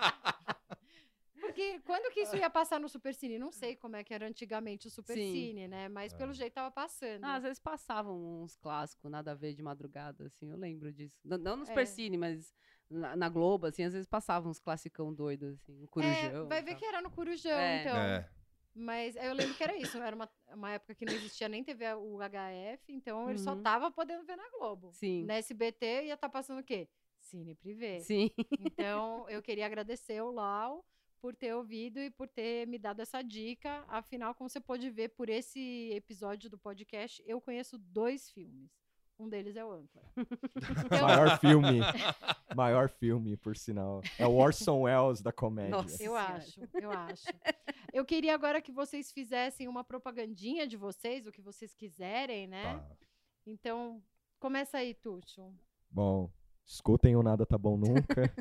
Porque quando que isso ia passar no Supercine? Não sei como é que era antigamente o Supercine, né? Mas pelo jeito tava passando. Ah, às vezes passavam uns clássicos, nada a ver de madrugada, assim, eu lembro disso. N- não no É. Supercine, mas na, na Globo, assim, às vezes passavam uns classicão doidos, assim, o Corujão. É, vai e ver tal. que era no Corujão, É. então. É. Mas eu lembro que era isso. Era uma, uma época que não existia nem T V U H F, então ele só Uhum. tava podendo ver na Globo. Sim. Na S B T ia estar passando o quê? Cine Privé. Sim. Então, eu queria agradecer o Lau por ter ouvido e por ter me dado essa dica. Afinal, como você pôde ver por esse episódio do podcast, eu conheço dois filmes. Um deles é o Âncora. Então, Maior filme. Maior filme, por sinal. É o Orson Welles da comédia. Nossa. eu Senhora. acho, eu acho. Eu queria agora que vocês fizessem uma propagandinha de vocês, o que vocês quiserem, né? Tá. Então, começa aí, Tuxo. Bom, escutem o Nada Tá Bom Nunca.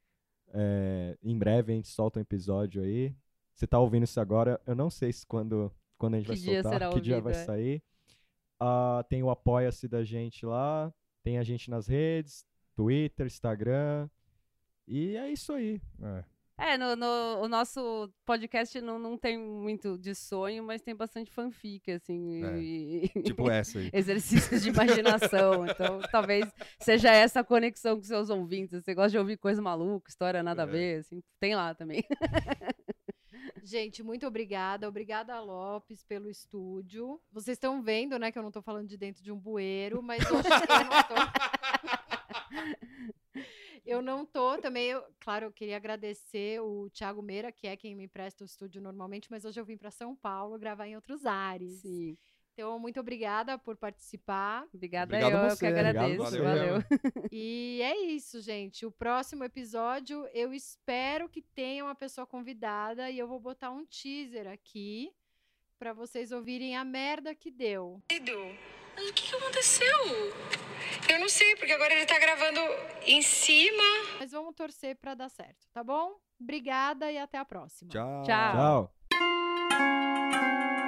É, em breve a gente solta um episódio aí. Você tá ouvindo isso agora? Eu não sei se quando, quando a gente Que vai dia soltar, será que dia ouvido, vai é. sair. Ah, tem o Apoia-se da gente lá. Tem a gente nas redes, Twitter, Instagram. E é isso aí. É. É, no, no- o nosso podcast não, não tem muito de sonho, mas tem bastante fanfic, assim, É. e, Tipo essa aí. exercícios de imaginação. Então, talvez seja essa a conexão com seus ouvintes. Você gosta de ouvir coisa maluca, história nada a É. ver, assim, tem lá também. Gente, muito obrigada. Obrigada, Lopes, pelo estúdio. Vocês estão vendo, né, que eu não tô falando de dentro de um bueiro, mas hoje eu não tô. Eu não tô também. Eu, claro, eu queria agradecer o Thiago Meira, que é quem me empresta o estúdio normalmente, mas hoje eu vim para São Paulo gravar em outros ares. Sim. Então, muito obrigada por participar. Obrigada, Obrigado eu, a eu você, que obrigado agradeço. você. Valeu. E é isso, gente. O próximo episódio, eu espero que tenha uma pessoa convidada e eu vou botar um teaser aqui para vocês ouvirem a merda que deu. Mas o que, que aconteceu? Eu não sei, porque agora ele tá gravando em cima. Mas vamos torcer para dar certo, tá bom? Obrigada e até a próxima. Tchau. Tchau. Tchau.